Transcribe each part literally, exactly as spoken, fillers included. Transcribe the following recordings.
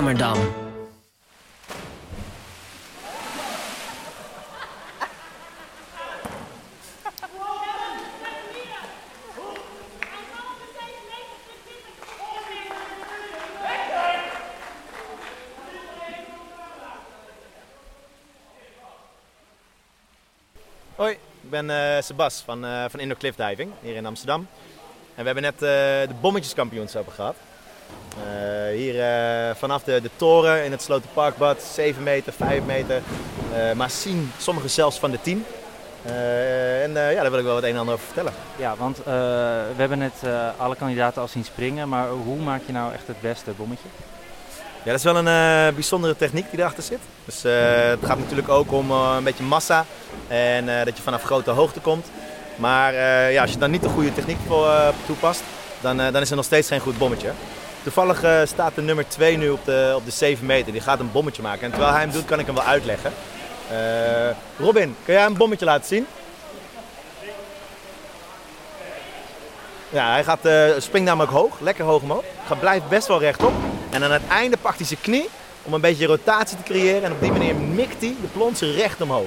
Zomerdam. Hoi, ik ben uh, Sebas van, uh, van Indoor Cliff Diving hier in Amsterdam. En we hebben net uh, de bommetjeskampioenschappen gehad. Uh, hier uh, vanaf de, de toren in het Sloterparkbad, zeven meter, vijf meter. Uh, maar zien sommigen zelfs van de tien. Uh, en uh, ja, daar wil ik wel wat een en ander over vertellen. Ja, want uh, we hebben net uh, alle kandidaten al zien springen. Maar hoe maak je nou echt het beste bommetje? Ja, dat is wel een uh, bijzondere techniek die erachter zit. Dus uh, het gaat natuurlijk ook om uh, een beetje massa en uh, dat je vanaf grote hoogte komt. Maar uh, ja, als je dan niet de goede techniek voor uh, toepast, dan, uh, dan is er nog steeds geen goed bommetje. Toevallig uh, staat de nummer twee nu op de, op de zeven meter. Die gaat een bommetje maken. En terwijl hij hem doet, kan ik hem wel uitleggen. Uh, Robin, kun jij een bommetje laten zien? Ja, hij gaat, uh, springt namelijk hoog, lekker hoog omhoog. Hij blijft best wel rechtop. En aan het einde pakt hij zijn knie om een beetje rotatie te creëren. En op die manier mikt hij de plonsen recht omhoog.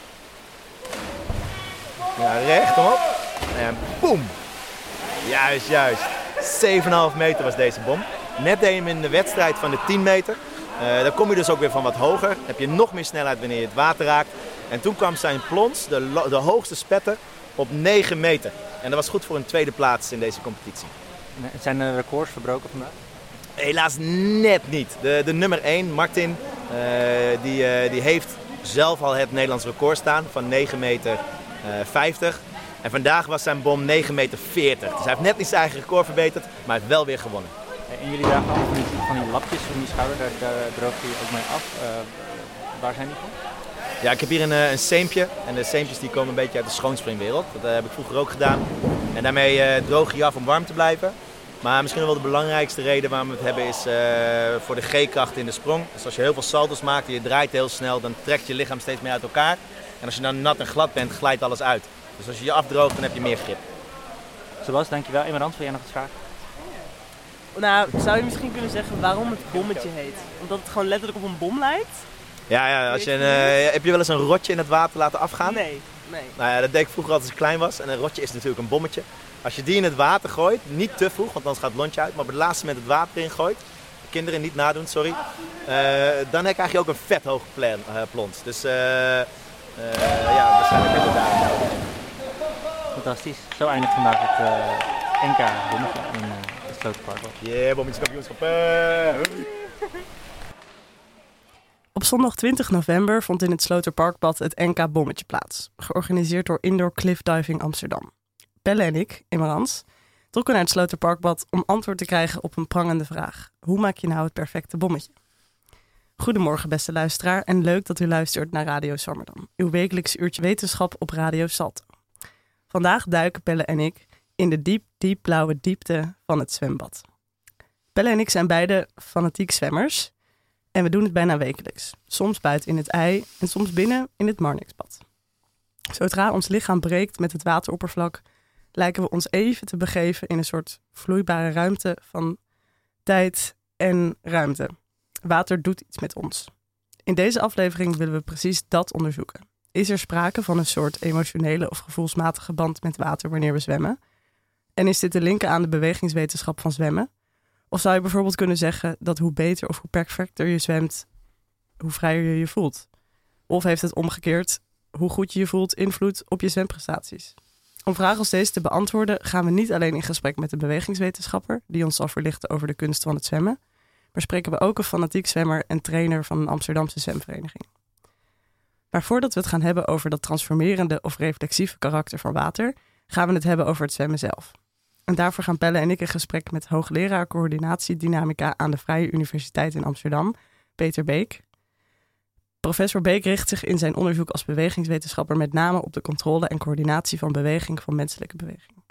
Ja, recht omhoog. En boem. Juist, juist. zeven komma vijf meter was deze bom. Net deed je hem in de wedstrijd van de tien meter. Uh, dan kom je dus ook weer van wat hoger. Dan heb je nog meer snelheid wanneer je het water raakt. En toen kwam zijn plons, de, lo- de hoogste spetter, op negen meter. En dat was goed voor een tweede plaats in deze competitie. Zijn er records verbroken vandaag? Helaas net niet. De, de nummer één, Martin, uh, die, uh, die heeft zelf al het Nederlands record staan van negen meter vijftig. En vandaag was zijn bom negen meter veertig. Dus hij heeft net niet zijn eigen record verbeterd, maar hij heeft wel weer gewonnen. En jullie dragen allemaal van die, van die lapjes om je schouder, daar, daar droog je ook mee af. Uh, waar zijn die van? Ja, ik heb hier een, een seempje. En de seempjes die komen een beetje uit de schoonspringwereld. Dat uh, heb ik vroeger ook gedaan. En daarmee uh, droog je je af om warm te blijven. Maar misschien wel de belangrijkste reden waarom we het hebben is uh, voor de G-kracht in de sprong. Dus als je heel veel salto's maakt en je draait heel snel, dan trekt je lichaam steeds meer uit elkaar. En als je dan nat en glad bent, glijdt alles uit. Dus als je je afdroogt, dan heb je meer grip. Sebas, dankjewel. Emerans, wil jij nog iets vragen? Nou, zou je misschien kunnen zeggen waarom het bommetje heet? Omdat het gewoon letterlijk op een bom lijkt? Ja, ja als je een, uh, heb je wel eens een rotje in het water laten afgaan? Nee, nee. Nou ja, dat deed ik vroeger altijd als ik klein was. En een rotje is natuurlijk een bommetje. Als je die in het water gooit, niet te vroeg, want anders gaat het lontje uit. Maar op het laatste moment het water in gooit, kinderen niet nadoen, sorry. Uh, dan krijg je ook een vet hoog plan, uh, plons. Dus uh, uh, ja, waarschijnlijk hebben we daar. Fantastisch. Zo eindigt vandaag het uh, N K bommetje in uh, het Sloterparkbad. Yeah, bommetjeskampioenschap. Uh. Op zondag twintig november vond in het Sloterparkbad het N K Bommetje plaats. Georganiseerd door Indoor Cliff Diving Amsterdam. Pelle en ik, Immerans, trokken naar het Sloterparkbad om antwoord te krijgen op een prangende vraag. Hoe maak je nou het perfecte bommetje? Goedemorgen beste luisteraar en leuk dat u luistert naar Radio Zomerdam. Uw wekelijks uurtje wetenschap op Radio Salto. Vandaag duiken Pelle en ik in de diep, diep blauwe diepte van het zwembad. Pelle en ik zijn beide fanatiek zwemmers en we doen het bijna wekelijks. Soms buiten in het IJ en soms binnen in het Marnixbad. Zodra ons lichaam breekt met het wateroppervlak, lijken we ons even te begeven in een soort vloeibare ruimte van tijd en ruimte. Water doet iets met ons. In deze aflevering willen we precies dat onderzoeken. Is er sprake van een soort emotionele of gevoelsmatige band met water wanneer we zwemmen? En is dit te linken aan de bewegingswetenschap van zwemmen? Of zou je bijvoorbeeld kunnen zeggen dat hoe beter of hoe perfecter je zwemt, hoe vrijer je je voelt? Of heeft het omgekeerd, hoe goed je je voelt, invloed op je zwemprestaties? Om vragen als deze te beantwoorden gaan we niet alleen in gesprek met de bewegingswetenschapper, die ons zal verlichten over de kunst van het zwemmen, maar spreken we ook een fanatiek zwemmer en trainer van een Amsterdamse zwemvereniging. Maar voordat we het gaan hebben over dat transformerende of reflexieve karakter van water, gaan we het hebben over het zwemmen zelf. En daarvoor gaan Pelle en ik in gesprek met hoogleraar coördinatie dynamica aan de Vrije Universiteit in Amsterdam, Peter Beek. Professor Beek richt zich in zijn onderzoek als bewegingswetenschapper met name op de controle en coördinatie van beweging van menselijke beweging.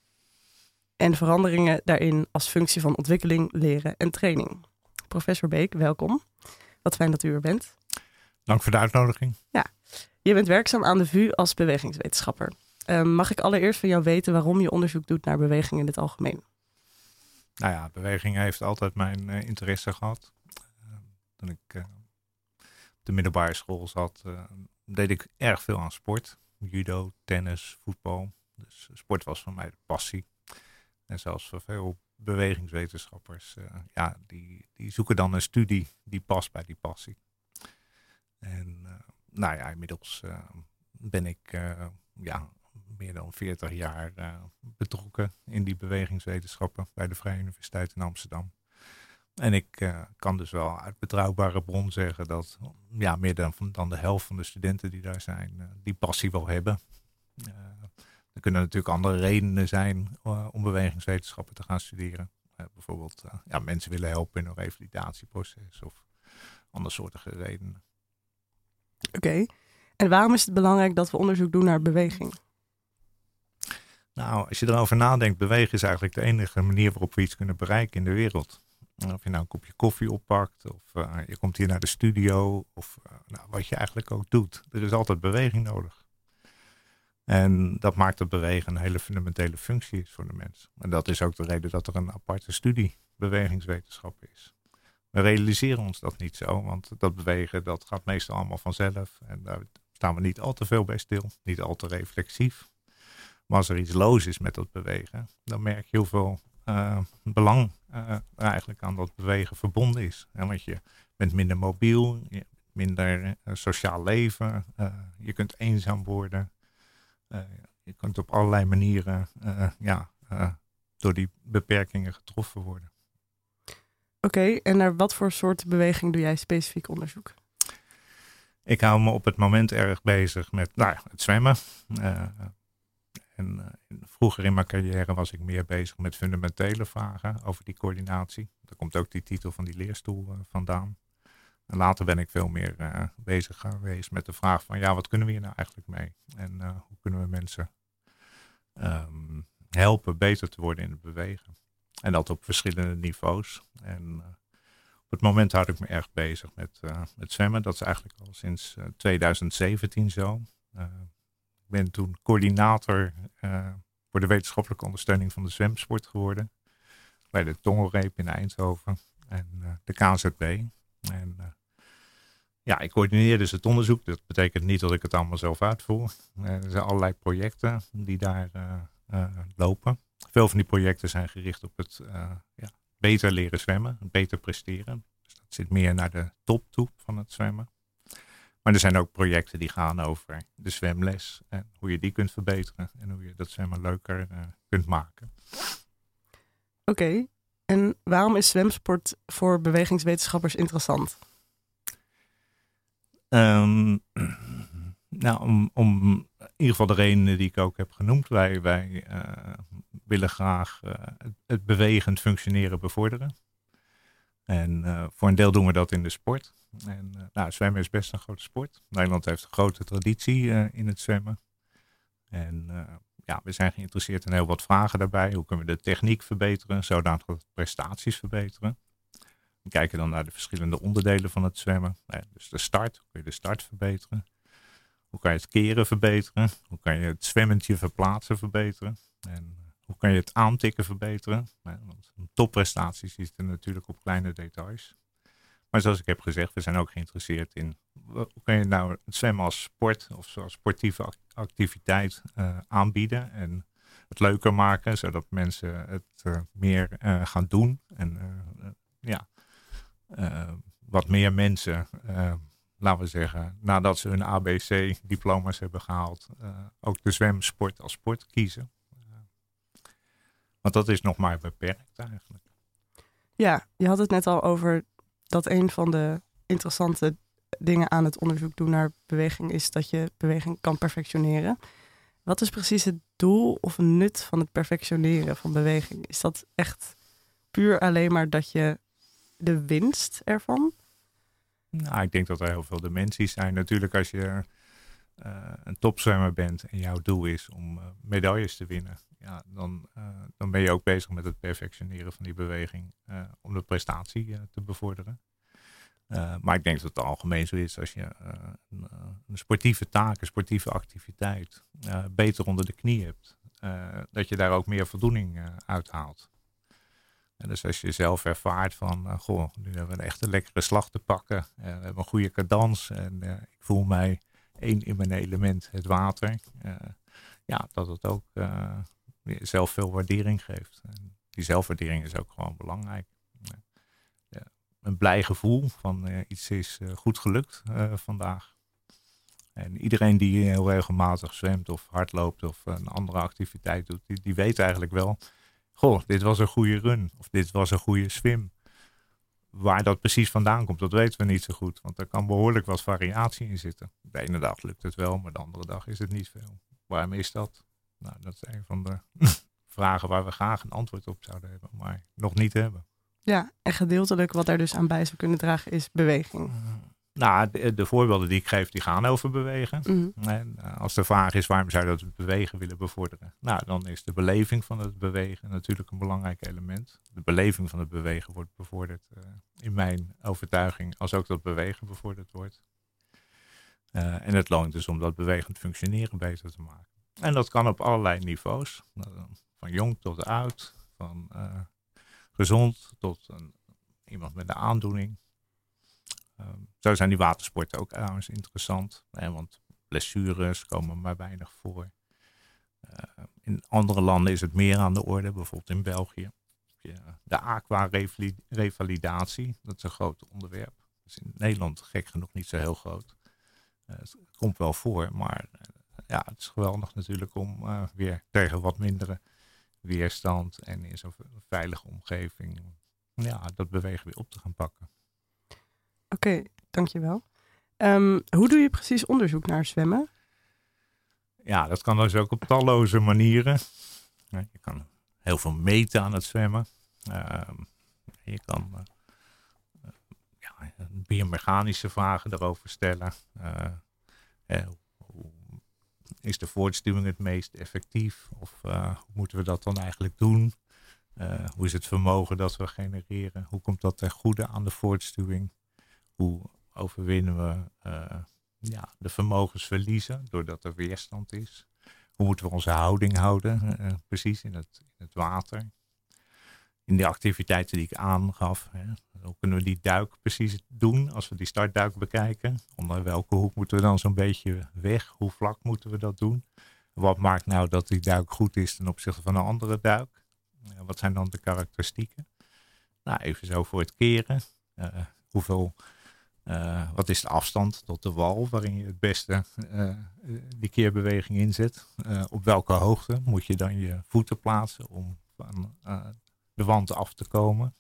En veranderingen daarin als functie van ontwikkeling, leren en training. Professor Beek, welkom. Wat fijn dat u er bent. Dank voor de uitnodiging. Ja, je bent werkzaam aan de V U als bewegingswetenschapper. Uh, mag ik allereerst van jou weten waarom je onderzoek doet naar beweging in het algemeen? Nou ja, beweging heeft altijd mijn uh, interesse gehad. Uh, Toen ik uh, op de middelbare school zat, uh, deed ik erg veel aan sport. Judo, tennis, voetbal. Dus sport was voor mij de passie. En zelfs voor veel bewegingswetenschappers, uh, ja, die, die zoeken dan een studie die past bij die passie. En uh, nou ja, inmiddels uh, ben ik uh, ja, meer dan veertig jaar uh, betrokken in die bewegingswetenschappen bij de Vrije Universiteit in Amsterdam. En ik uh, kan dus wel uit betrouwbare bron zeggen dat ja, meer dan, dan de helft van de studenten die daar zijn, uh, die passie wel hebben. Uh, er kunnen natuurlijk andere redenen zijn uh, om bewegingswetenschappen te gaan studeren. Uh, bijvoorbeeld uh, ja, mensen willen helpen in een revalidatieproces of andersoortige redenen. Oké, okay. En waarom is het belangrijk dat we onderzoek doen naar beweging? Nou, als je erover nadenkt, bewegen is eigenlijk de enige manier waarop we iets kunnen bereiken in de wereld. Of je nou een kopje koffie oppakt, of uh, je komt hier naar de studio, of uh, nou, wat je eigenlijk ook doet. Er is altijd beweging nodig. En dat maakt dat bewegen een hele fundamentele functie is voor de mens. En dat is ook de reden dat er een aparte studie bewegingswetenschap is. We realiseren ons dat niet zo, want dat bewegen dat gaat meestal allemaal vanzelf. En daar staan we niet al te veel bij stil, niet al te reflexief. Maar als er iets los is met dat bewegen, dan merk je hoeveel uh, belang uh, eigenlijk aan dat bewegen verbonden is. En want je bent minder mobiel, je hebt minder uh, sociaal leven, uh, je kunt eenzaam worden. Uh, je kunt op allerlei manieren uh, ja, uh, door die beperkingen getroffen worden. Oké, okay, en naar wat voor soorten beweging doe jij specifiek onderzoek? Ik hou me op het moment erg bezig met nou ja, het zwemmen. Uh, en uh, vroeger in mijn carrière was ik meer bezig met fundamentele vragen over die coördinatie. Daar komt ook die titel van die leerstoel uh, vandaan. En later ben ik veel meer uh, bezig geweest met de vraag van ja, wat kunnen we hier nou eigenlijk mee? En uh, hoe kunnen we mensen um, helpen beter te worden in het bewegen? En dat op verschillende niveaus. En uh, op het moment houd ik me erg bezig met uh, het zwemmen. Dat is eigenlijk al sinds uh, twintig zeventien zo. Uh, ik ben toen coördinator uh, voor de wetenschappelijke ondersteuning van de zwemsport geworden. Bij de Tongelreep in Eindhoven en uh, de K Z B. En uh, ja, ik coördineer dus het onderzoek. Dat betekent niet dat ik het allemaal zelf uitvoer. Uh, er zijn allerlei projecten die daar uh, uh, lopen. Veel van die projecten zijn gericht op het uh, ja, beter leren zwemmen, beter presteren. Dus dat zit meer naar de top toe van het zwemmen. Maar er zijn ook projecten die gaan over de zwemles en hoe je die kunt verbeteren en hoe je dat zwemmen leuker uh, kunt maken. Oké, okay. En waarom is zwemsport voor bewegingswetenschappers interessant? Um, nou, om, om in ieder geval de redenen die ik ook heb genoemd. Wij, wij uh, willen graag uh, het, het bewegend functioneren bevorderen. En uh, voor een deel doen we dat in de sport. En uh, nou, zwemmen is best een grote sport. Nederland heeft een grote traditie uh, in het zwemmen. En uh, ja, we zijn geïnteresseerd in heel wat vragen daarbij. Hoe kunnen we de techniek verbeteren, zodat we prestaties verbeteren? We kijken dan naar de verschillende onderdelen van het zwemmen. Ja, dus de start, hoe kun je de start verbeteren? Hoe kan je het keren verbeteren? Hoe kan je het zwemmendje verplaatsen verbeteren? En hoe kan je het aantikken verbeteren? Ja, want topprestaties zitten natuurlijk op kleine details. Maar zoals ik heb gezegd, we zijn ook geïnteresseerd in hoe kan je nou het zwemmen als sport of als sportieve activiteit uh, aanbieden en het leuker maken, zodat mensen het uh, meer uh, gaan doen. En uh, uh, ja, uh, wat meer mensen, uh, laten we zeggen, nadat ze hun A B C-diploma's hebben gehaald, uh, ook de zwemsport als sport kiezen. Uh, want dat is nog maar beperkt eigenlijk. Ja, je had het net al over dat een van de interessante dingen aan het onderzoek doen naar beweging is dat je beweging kan perfectioneren. Wat is precies het doel of nut van het perfectioneren van beweging? Is dat echt puur alleen maar dat je de winst ervan? Nou, ik denk dat er heel veel dimensies zijn. Natuurlijk als je uh, een topzwemmer bent en jouw doel is om uh, medailles te winnen, ja, dan, uh, dan ben je ook bezig met het perfectioneren van die beweging uh, om de prestatie uh, te bevorderen. Uh, maar ik denk dat het algemeen zo is als je uh, een, een sportieve taak, een sportieve activiteit uh, beter onder de knie hebt. Uh, dat je daar ook meer voldoening uh, uit haalt. En dus als je zelf ervaart van, uh, goh, nu hebben we een echte lekkere slag te pakken. Uh, we hebben een goede cadans en uh, ik voel mij één in mijn element, het water. Uh, ja, dat het ook uh, zelf veel waardering geeft. En die zelfwaardering is ook gewoon belangrijk. Uh, ja, een blij gevoel van uh, iets is uh, goed gelukt uh, vandaag. En iedereen die heel regelmatig zwemt of hardloopt of een andere activiteit doet, die, die weet eigenlijk wel, goh, dit was een goede run of dit was een goede swim. Waar dat precies vandaan komt, dat weten we niet zo goed. Want er kan behoorlijk wat variatie in zitten. De ene dag lukt het wel, maar de andere dag is het niet veel. Waarom is dat? Nou, dat is een van de vragen waar we graag een antwoord op zouden hebben, maar nog niet hebben. Ja, en gedeeltelijk wat daar dus aan bij zou kunnen dragen is beweging. Uh, nou, de, de voorbeelden die ik geef, die gaan over bewegen. Mm. En uh, als de vraag is, waarom zou je dat bewegen willen bevorderen? Nou, dan is de beleving van het bewegen natuurlijk een belangrijk element. De beleving van het bewegen wordt bevorderd, uh, in mijn overtuiging, als ook dat bewegen bevorderd wordt. Uh, en het loont dus om dat bewegend functioneren beter te maken. En dat kan op allerlei niveaus. Uh, van jong tot oud, van uh, gezond tot een, iemand met een aandoening. Um, zo zijn die watersporten ook trouwens interessant. Hè, want blessures komen maar weinig voor. Uh, in andere landen is het meer aan de orde. Bijvoorbeeld in België. De aquarevalidatie. Dat is een groot onderwerp. Dat is in Nederland gek genoeg niet zo heel groot. Uh, het komt wel voor. Maar uh, ja, het is geweldig natuurlijk om uh, weer tegen wat mindere weerstand. En in zo'n veilige omgeving. Ja, dat bewegen weer op te gaan pakken. Oké, okay, dankjewel. Um, hoe doe je precies onderzoek naar zwemmen? Ja, dat kan dus ook op talloze manieren. Je kan heel veel meten aan het zwemmen. Uh, je kan uh, ja, biomechanische vragen erover stellen. Uh, eh, hoe is de voortstuwing het meest effectief? Of uh, hoe moeten we dat dan eigenlijk doen? Uh, hoe is het vermogen dat we genereren? Hoe komt dat ten goede aan de voortstuwing? Hoe overwinnen we uh, ja, de vermogensverliezen doordat er weerstand is? Hoe moeten we onze houding houden, uh, precies in het, in het water? In de activiteiten die ik aangaf, hè, hoe kunnen we die duik precies doen als we die startduik bekijken? Onder welke hoek moeten we dan zo'n beetje weg? Hoe vlak moeten we dat doen? Wat maakt nou dat die duik goed is ten opzichte van een andere duik? Uh, wat zijn dan de karakteristieken? Nou, even zo voor het keren. Uh, hoeveel... Uh, wat is de afstand tot de wal waarin je het beste uh, die keerbeweging inzet? Uh, op welke hoogte moet je dan je voeten plaatsen om van uh, de wand af te komen?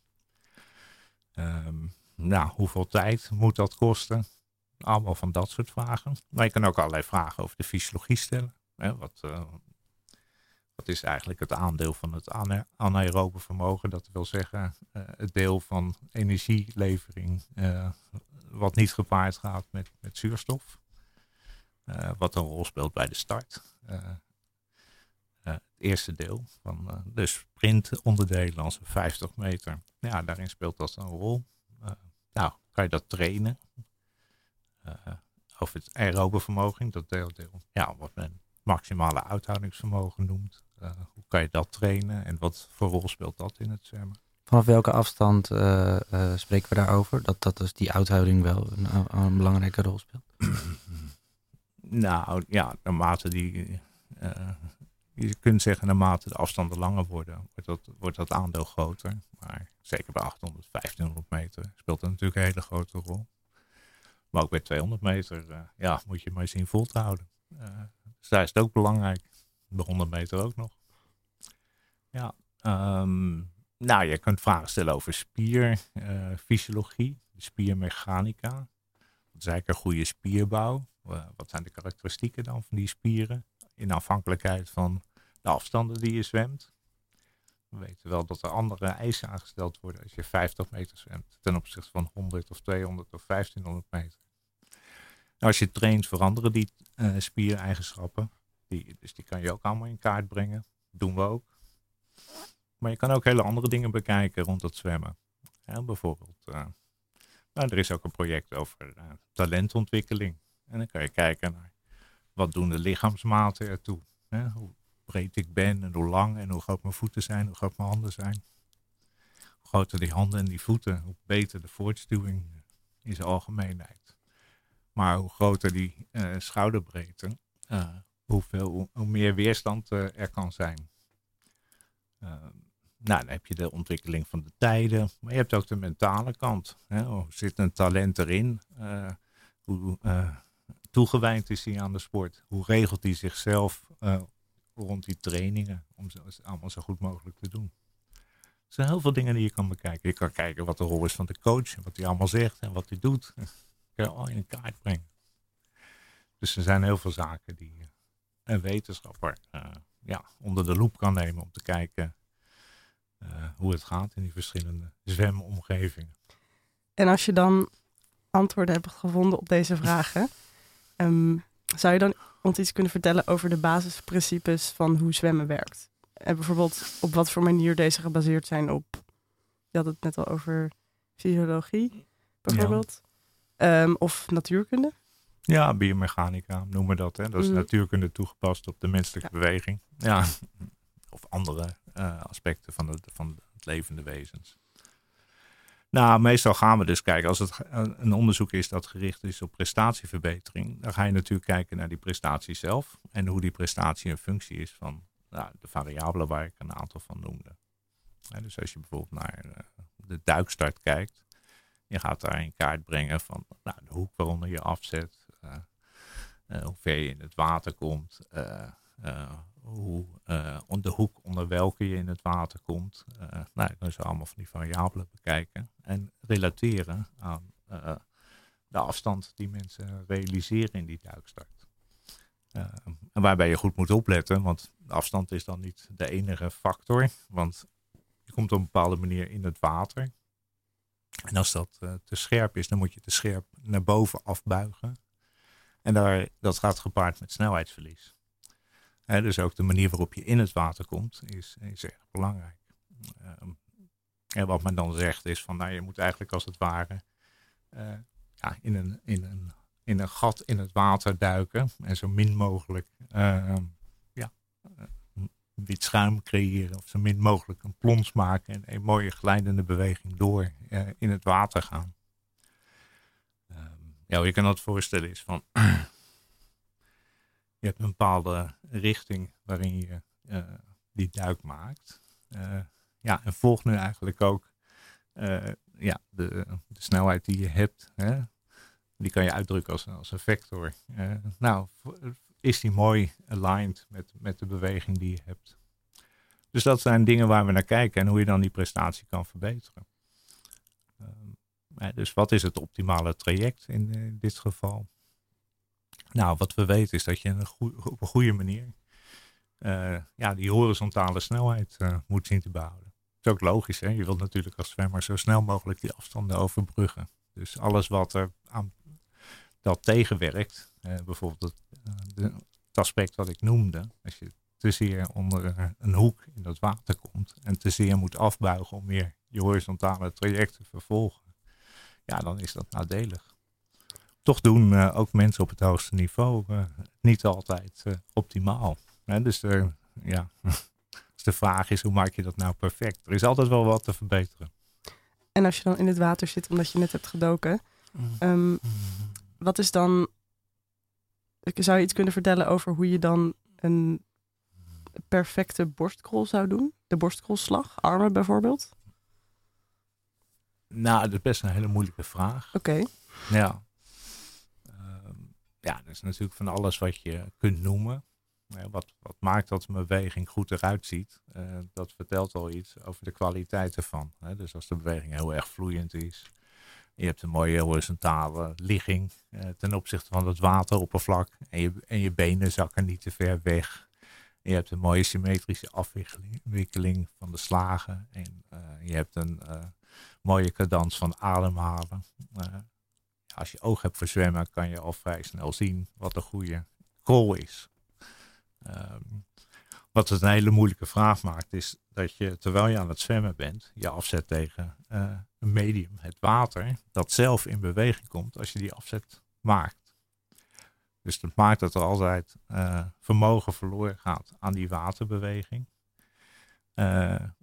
Um, nou, hoeveel tijd moet dat kosten? Allemaal van dat soort vragen. Maar je kan ook allerlei vragen over de fysiologie stellen. Hè, wat, uh, wat is eigenlijk het aandeel van het ana- anaerobe vermogen? Dat wil zeggen uh, het deel van energielevering uh, wat niet gepaard gaat met, met zuurstof. Uh, wat een rol speelt bij de start. Uh, uh, het eerste deel van uh, de sprintonderdelen als vijftig meter. Ja, daarin speelt dat een rol. Uh, nou, kan je dat trainen? Uh, over het aerobe vermogen, dat deel, deel. Ja, wat men maximale uithoudingsvermogen noemt. Uh, hoe kan je dat trainen en wat voor rol speelt dat in het zwemmen? Vanaf welke afstand uh, uh, spreken we daarover? Dat, dat dus die uithouding wel een, een belangrijke rol speelt? Nou ja, naarmate die... Uh, je kunt zeggen, naarmate de afstanden langer worden, wordt dat, wordt dat aandeel groter. Maar zeker bij achthonderd, vijftienhonderd meter speelt dat natuurlijk een hele grote rol. Maar ook bij tweehonderd meter, uh, ja, moet je maar zien vol te houden. Uh, dus daar is het ook belangrijk. Bij honderd meter ook nog. Ja, um, nou, je kunt vragen stellen over spierfysiologie, uh, spiermechanica. Wat is eigenlijk een goede spierbouw? Uh, wat zijn de karakteristieken dan van die spieren? In afhankelijkheid van de afstanden die je zwemt. We weten wel dat er andere eisen aangesteld worden als je vijftig meter zwemt ten opzichte van honderd of tweehonderd of vijftienhonderd meter. Nou, als je traint veranderen die uh, spiereigenschappen. Die, dus die kan je ook allemaal in kaart brengen. Dat doen we ook. Maar je kan ook hele andere dingen bekijken rond het zwemmen. Ja, bijvoorbeeld, uh, nou, er is ook een project over uh, talentontwikkeling. En dan kan je kijken naar wat doen de lichaamsmaten ertoe. Hè? Hoe breed ik ben en hoe lang en hoe groot mijn voeten zijn, hoe groot mijn handen zijn. groter die handen en die voeten, hoe beter de voortstuwing in zijn algemeenheid. Maar hoe groter die uh, schouderbreedte, uh, hoeveel, hoe, hoe meer weerstand uh, er kan zijn. Uh, nou, dan heb je de ontwikkeling van de tijden, maar je hebt ook de mentale kant. Hè? Hoe zit een talent erin? Uh, hoe uh, toegewijd is hij aan de sport? Hoe regelt hij zichzelf uh, rond die trainingen om het allemaal zo goed mogelijk te doen? Er zijn heel veel dingen die je kan bekijken. Je kan kijken wat de rol is van de coach, wat hij allemaal zegt en wat hij doet. Dat kan je al in kaart brengen. Dus er zijn heel veel zaken die een wetenschapper uh, ja, onder de loep kan nemen om te kijken uh, hoe het gaat in die verschillende zwemomgevingen. En als je dan antwoorden hebt gevonden op deze vragen, um, zou je dan ons iets kunnen vertellen over de basisprincipes van hoe zwemmen werkt? En bijvoorbeeld op wat voor manier deze gebaseerd zijn op, je had het net al over fysiologie bijvoorbeeld, ja. um, of natuurkunde? Ja, biomechanica noemen we dat. Hè? Dat is mm. natuurkunde toegepast op de menselijke ja. beweging. Ja. Of andere uh, aspecten van, de, van het levende wezens. Nou, meestal gaan we dus kijken, als het een onderzoek is dat gericht is op prestatieverbetering, dan ga je natuurlijk kijken naar die prestatie zelf en hoe die prestatie een functie is van nou, de variabelen waar ik een aantal van noemde. Ja, dus als je bijvoorbeeld naar uh, de duikstart kijkt, je gaat daar in kaart brengen van nou, de hoek waaronder je afzet, uh, uh, hoe ver je in het water komt, uh, uh, hoe, uh, de hoek onder welke je in het water komt. Uh, nou, dan is allemaal van die variabelen bekijken en relateren aan uh, de afstand die mensen realiseren in die duikstart. Uh, en waarbij je goed moet opletten, want de afstand is dan niet de enige factor, want je komt op een bepaalde manier in het water. En als dat uh, te scherp is, dan moet je te scherp naar boven afbuigen. En daar, dat gaat gepaard met snelheidsverlies. He, dus ook de manier waarop je in het water komt is, is erg belangrijk. Um, en wat men dan zegt is van, nou, je moet eigenlijk als het ware uh, ja, in, een, in, een, in een gat in het water duiken. En zo min mogelijk uh, ja, uh, wit schuim creëren. Of zo min mogelijk een plons maken. En een mooie glijdende beweging door uh, in het water gaan. Um, ja, hoe je kan dat voorstellen is van... Je hebt een bepaalde richting waarin je uh, die duik maakt. Uh, ja, en volg nu eigenlijk ook uh, ja, de, de snelheid die je hebt. Hè? Die kan je uitdrukken als, als een vector. Uh, nou, is die mooi aligned met, met de beweging die je hebt. Dus dat zijn dingen waar we naar kijken en hoe je dan die prestatie kan verbeteren. Uh, dus wat is het optimale traject in, in dit geval? Nou, wat we weten is dat je een goe- op een goede manier uh, ja, die horizontale snelheid uh, moet zien te behouden. Dat is ook logisch, hè? Je wilt natuurlijk als zwemmer zo snel mogelijk die afstanden overbruggen. Dus alles wat er aan dat tegenwerkt, uh, bijvoorbeeld het, uh, de, het aspect wat ik noemde, als je te zeer onder uh, een hoek in dat water komt en te zeer moet afbuigen om weer je horizontale traject te vervolgen, ja, dan is dat nadelig. Toch doen uh, ook mensen op het hoogste niveau uh, niet altijd uh, optimaal. Hè? Dus uh, ja, dus de vraag is, hoe maak je dat nou perfect? Er is altijd wel wat te verbeteren. En als je dan in het water zit, omdat je net hebt gedoken, um, wat is dan... Zou je iets kunnen vertellen over hoe je dan een perfecte borstkrol zou doen? De borstkrolslag, armen bijvoorbeeld? Nou, dat is best een hele moeilijke vraag. Oké. Okay. Ja. Ja, dat is natuurlijk van alles wat je kunt noemen. Wat, wat maakt dat een beweging goed eruit ziet, uh, dat vertelt al iets over de kwaliteit ervan. Hè? Dus als de beweging heel erg vloeiend is, je hebt een mooie horizontale ligging uh, ten opzichte van het wateroppervlak en je, en je benen zakken niet te ver weg. En je hebt een mooie symmetrische afwikkeling van de slagen en uh, je hebt een uh, mooie cadans van ademhalen. Uh, Als je oog hebt voor zwemmen, kan je al vrij snel zien wat een goede krol is. Um, wat het een hele moeilijke vraag maakt, is dat je, terwijl je aan het zwemmen bent, je afzet tegen uh, een medium, het water, dat zelf in beweging komt als je die afzet maakt. Dus dat maakt dat er altijd uh, vermogen verloren gaat aan die waterbeweging. Uh,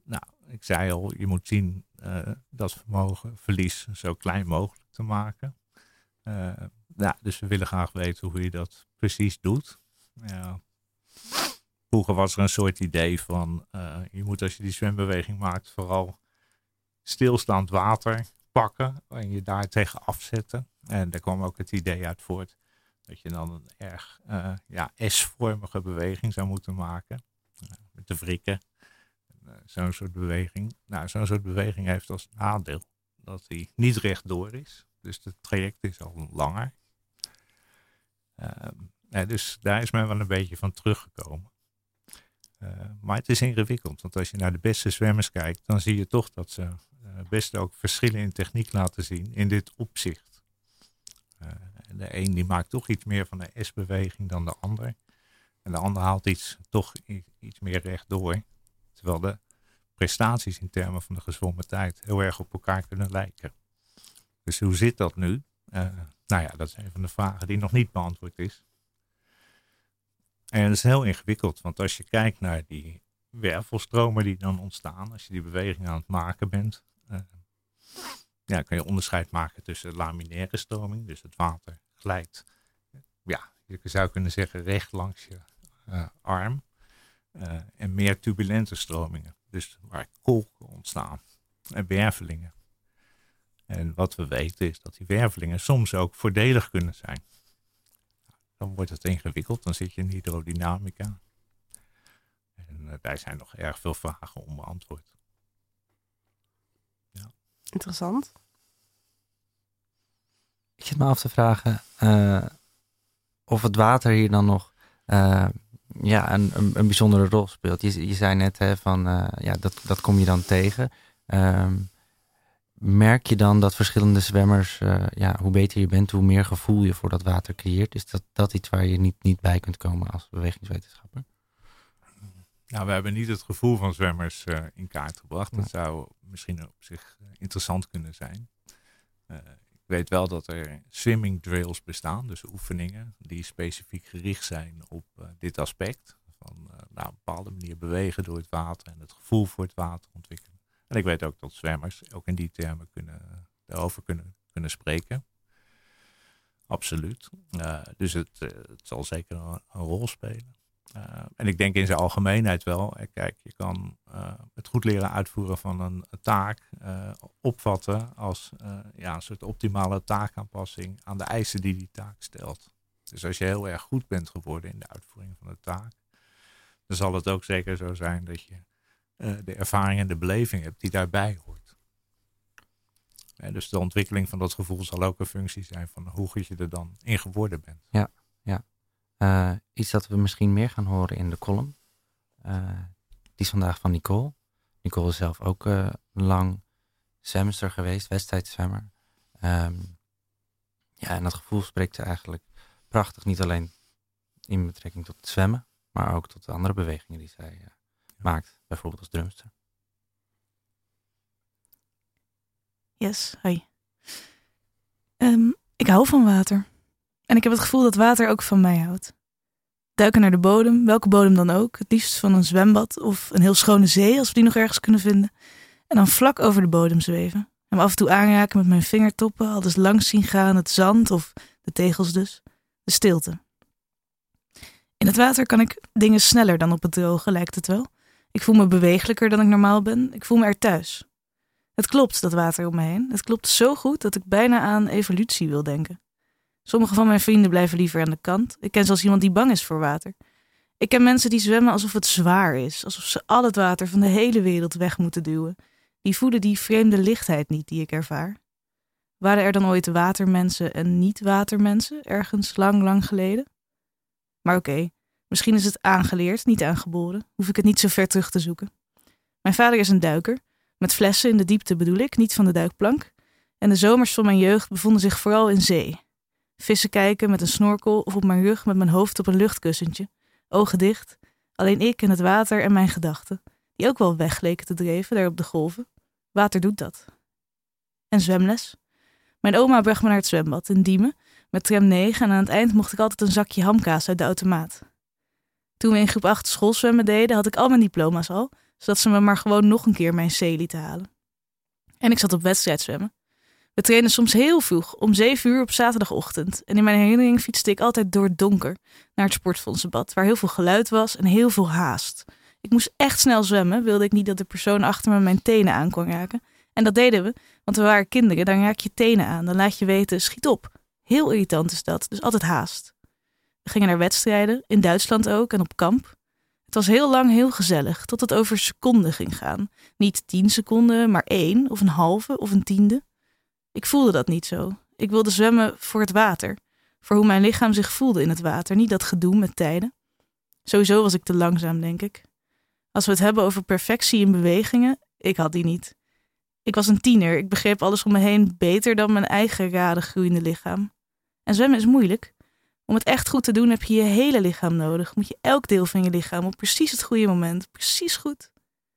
nou, ik zei al, je moet zien uh, dat vermogen, verlies zo klein mogelijk te maken. Uh, nou, dus we willen graag weten hoe je dat precies doet. Ja. Vroeger was er een soort idee van, uh, je moet als je die zwembeweging maakt vooral stilstaand water pakken en je daar tegen afzetten. En daar kwam ook het idee uit voort dat je dan een erg uh, ja, S-vormige beweging zou moeten maken. Uh, met de wrikken. Uh, zo'n soort beweging. Nou, zo'n soort beweging heeft als nadeel dat hij niet rechtdoor is. Dus het traject is al langer. Uh, ja, dus daar is men wel een beetje van teruggekomen. Uh, maar het is ingewikkeld, want als je naar de beste zwemmers kijkt, dan zie je toch dat ze uh, best ook verschillen in techniek laten zien in dit opzicht. Uh, de een die maakt toch iets meer van een S-beweging dan de ander. En de ander haalt iets, toch iets meer rechtdoor. Terwijl de prestaties in termen van de gezwommen tijd heel erg op elkaar kunnen lijken. Dus hoe zit dat nu? Uh, nou ja, dat is een van de vragen die nog niet beantwoord is. En het is heel ingewikkeld, want als je kijkt naar die wervelstromen die dan ontstaan, als je die beweging aan het maken bent, uh, ja, kan je onderscheid maken tussen laminaire stroming, dus het water glijdt, ja, je zou kunnen zeggen recht langs je uh, arm, uh, en meer turbulente stromingen, dus waar kolken ontstaan en wervelingen. En wat we weten is dat die wervelingen soms ook voordelig kunnen zijn. Dan wordt het ingewikkeld, dan zit je in hydrodynamica. En uh, daar zijn nog erg veel vragen onbeantwoord. Ja. Interessant. Ik zit me af te vragen uh, of het water hier dan nog uh, ja, een, een, een bijzondere rol speelt. Je, je zei net hè, van uh, ja, dat, dat kom je dan tegen. Um, merk je dan dat verschillende zwemmers, uh, ja, hoe beter je bent, hoe meer gevoel je voor dat water creëert? Is dat, dat iets waar je niet, niet bij kunt komen als bewegingswetenschapper? Nou, we hebben niet het gevoel van zwemmers uh, in kaart gebracht. Dat zou misschien op zich uh, interessant kunnen zijn. Uh, ik weet wel dat er swimming drills bestaan, dus oefeningen die specifiek gericht zijn op uh, dit aspect. Van uh, nou, op een bepaalde manier bewegen door het water en het gevoel voor het water ontwikkelen. En ik weet ook dat zwemmers ook in die termen kunnen, daarover kunnen, kunnen spreken. Absoluut. Uh, dus het, uh, het zal zeker een, een rol spelen. Uh, en ik denk in zijn algemeenheid wel. Kijk, je kan uh, het goed leren uitvoeren van een, een taak uh, opvatten als uh, ja, een soort optimale taakaanpassing aan de eisen die die taak stelt. Dus als je heel erg goed bent geworden in de uitvoering van de taak, dan zal het ook zeker zo zijn dat je uh, de ervaring en de beleving hebt die daarbij hoort. En dus de ontwikkeling van dat gevoel zal ook een functie zijn van hoe goed je er dan in geworden bent. Ja, ja. Uh, iets dat we misschien meer gaan horen in de column. Uh, die is vandaag van Nicole. Nicole is zelf ook uh, lang zwemster geweest, wedstrijdzwemmer. Um, ja, en dat gevoel spreekt ze eigenlijk prachtig. Niet alleen in betrekking tot het zwemmen, maar ook tot de andere bewegingen die zij uh, ja. maakt. Bijvoorbeeld als drumster. Yes, hi. Um, ik hou van water. En ik heb het gevoel dat water ook van mij houdt. Duiken naar de bodem, welke bodem dan ook. Het liefst van een zwembad of een heel schone zee, als we die nog ergens kunnen vinden. En dan vlak over de bodem zweven. En me af en toe aanraken met mijn vingertoppen, al dus langs zien gaan, het zand of de tegels dus. De stilte. In het water kan ik dingen sneller dan op het droge, lijkt het wel. Ik voel me bewegelijker dan ik normaal ben. Ik voel me er thuis. Het klopt, dat water om me heen. Het klopt zo goed dat ik bijna aan evolutie wil denken. Sommige van mijn vrienden blijven liever aan de kant. Ik ken zelfs iemand die bang is voor water. Ik ken mensen die zwemmen alsof het zwaar is. Alsof ze al het water van de hele wereld weg moeten duwen. Die voelen die vreemde lichtheid niet die ik ervaar. Waren er dan ooit watermensen en niet-watermensen? Ergens lang, lang geleden? Maar oké, okay, misschien is het aangeleerd, niet aangeboren. Hoef ik het niet zo ver terug te zoeken. Mijn vader is een duiker. Met flessen in de diepte bedoel ik, niet van de duikplank. En de zomers van mijn jeugd bevonden zich vooral in zee. Vissen kijken met een snorkel of op mijn rug met mijn hoofd op een luchtkussentje. Ogen dicht. Alleen ik en het water en mijn gedachten. Die ook wel weg leken te dreven daar op de golven. Water doet dat. En zwemles. Mijn oma bracht me naar het zwembad in Diemen. Met tram negen en aan het eind mocht ik altijd een zakje hamkaas uit de automaat. Toen we in groep acht schoolzwemmen deden had ik al mijn diploma's al. zodat ze me maar gewoon nog een keer mijn C lieten halen. En ik zat op wedstrijdzwemmen. We trainen soms heel vroeg, om zeven uur op zaterdagochtend. En in mijn herinnering fietste ik altijd door het donker naar het sportfondsenbad, waar heel veel geluid was en heel veel haast. Ik moest echt snel zwemmen, wilde ik niet dat de persoon achter me mijn tenen aan kon raken. En dat deden we, want we waren kinderen, dan raak je tenen aan, dan laat je weten, schiet op. Heel irritant is dat, dus altijd haast. We gingen naar wedstrijden, in Duitsland ook en op kamp. Het was heel lang heel gezellig, tot het over seconden ging gaan. Niet tien seconden, maar één, of een halve, of een tiende. Ik voelde dat niet zo. Ik wilde zwemmen voor het water. Voor hoe mijn lichaam zich voelde in het water, niet dat gedoe met tijden. Sowieso was ik te langzaam, denk ik. Als we het hebben over perfectie in bewegingen, ik had die niet. Ik was een tiener, ik begreep alles om me heen beter dan mijn eigen radig groeiende lichaam. En zwemmen is moeilijk. Om het echt goed te doen heb je je hele lichaam nodig. Moet je elk deel van je lichaam op precies het goede moment, precies goed.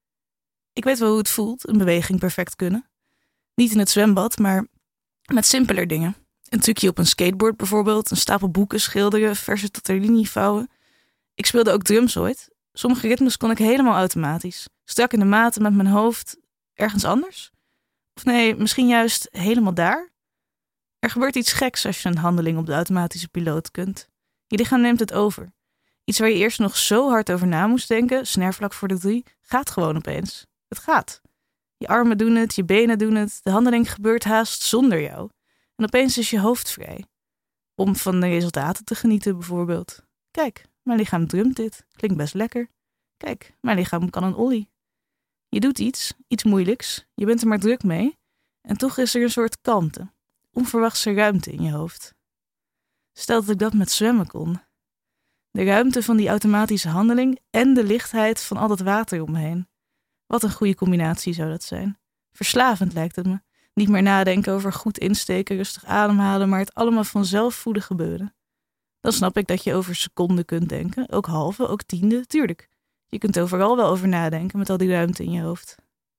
Ik weet wel hoe het voelt, een beweging perfect kunnen. Niet in het zwembad, maar met simpeler dingen. Een trucje op een skateboard bijvoorbeeld, een stapel boeken schilderen, verse tortellini vouwen. Ik speelde ook drums ooit. Sommige ritmes kon ik helemaal automatisch. Strak in de maten met mijn hoofd ergens anders. Of nee, misschien juist helemaal daar. Er gebeurt iets geks als je een handeling op de automatische piloot kunt. Je lichaam neemt het over. Iets waar je eerst nog zo hard over na moest denken, snervlak voor de drie, gaat gewoon opeens. Het gaat. Je armen doen het, je benen doen het, de handeling gebeurt haast zonder jou. En opeens is je hoofd vrij. Om van de resultaten te genieten bijvoorbeeld. Kijk, mijn lichaam drumt dit, klinkt best lekker. Kijk, mijn lichaam kan een ollie. Je doet iets, iets moeilijks, je bent er maar druk mee. En toch is er een soort kalmte, onverwachte ruimte in je hoofd. Stel dat ik dat met zwemmen kon. De ruimte van die automatische handeling en de lichtheid van al dat water om me heen. Wat een goede combinatie zou dat zijn. Verslavend lijkt het me. Niet meer nadenken over goed insteken, rustig ademhalen, maar het allemaal vanzelf voelen gebeuren. Dan snap ik dat je over seconden kunt denken, ook halve, ook tiende, tuurlijk. Je kunt overal wel over nadenken met al die ruimte in je hoofd.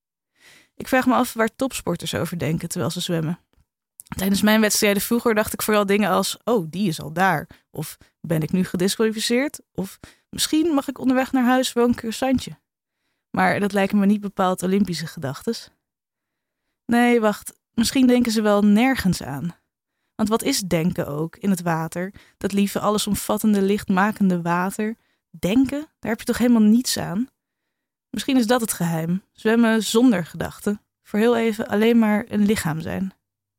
Ik vraag me af waar topsporters over denken terwijl ze zwemmen. Tijdens mijn wedstrijden vroeger dacht ik vooral dingen als, oh, die is al daar. Of ben ik nu gedisqualificeerd? Of misschien mag ik onderweg naar huis wel een croissantje. Maar dat lijken me niet bepaald Olympische gedachtes. Nee, wacht, misschien denken ze wel nergens aan. Want wat is denken ook in het water? Dat lieve allesomvattende lichtmakende water. Denken, daar heb je toch helemaal niets aan? Misschien is dat het geheim. Zwemmen zonder gedachten. Voor heel even alleen maar een lichaam zijn.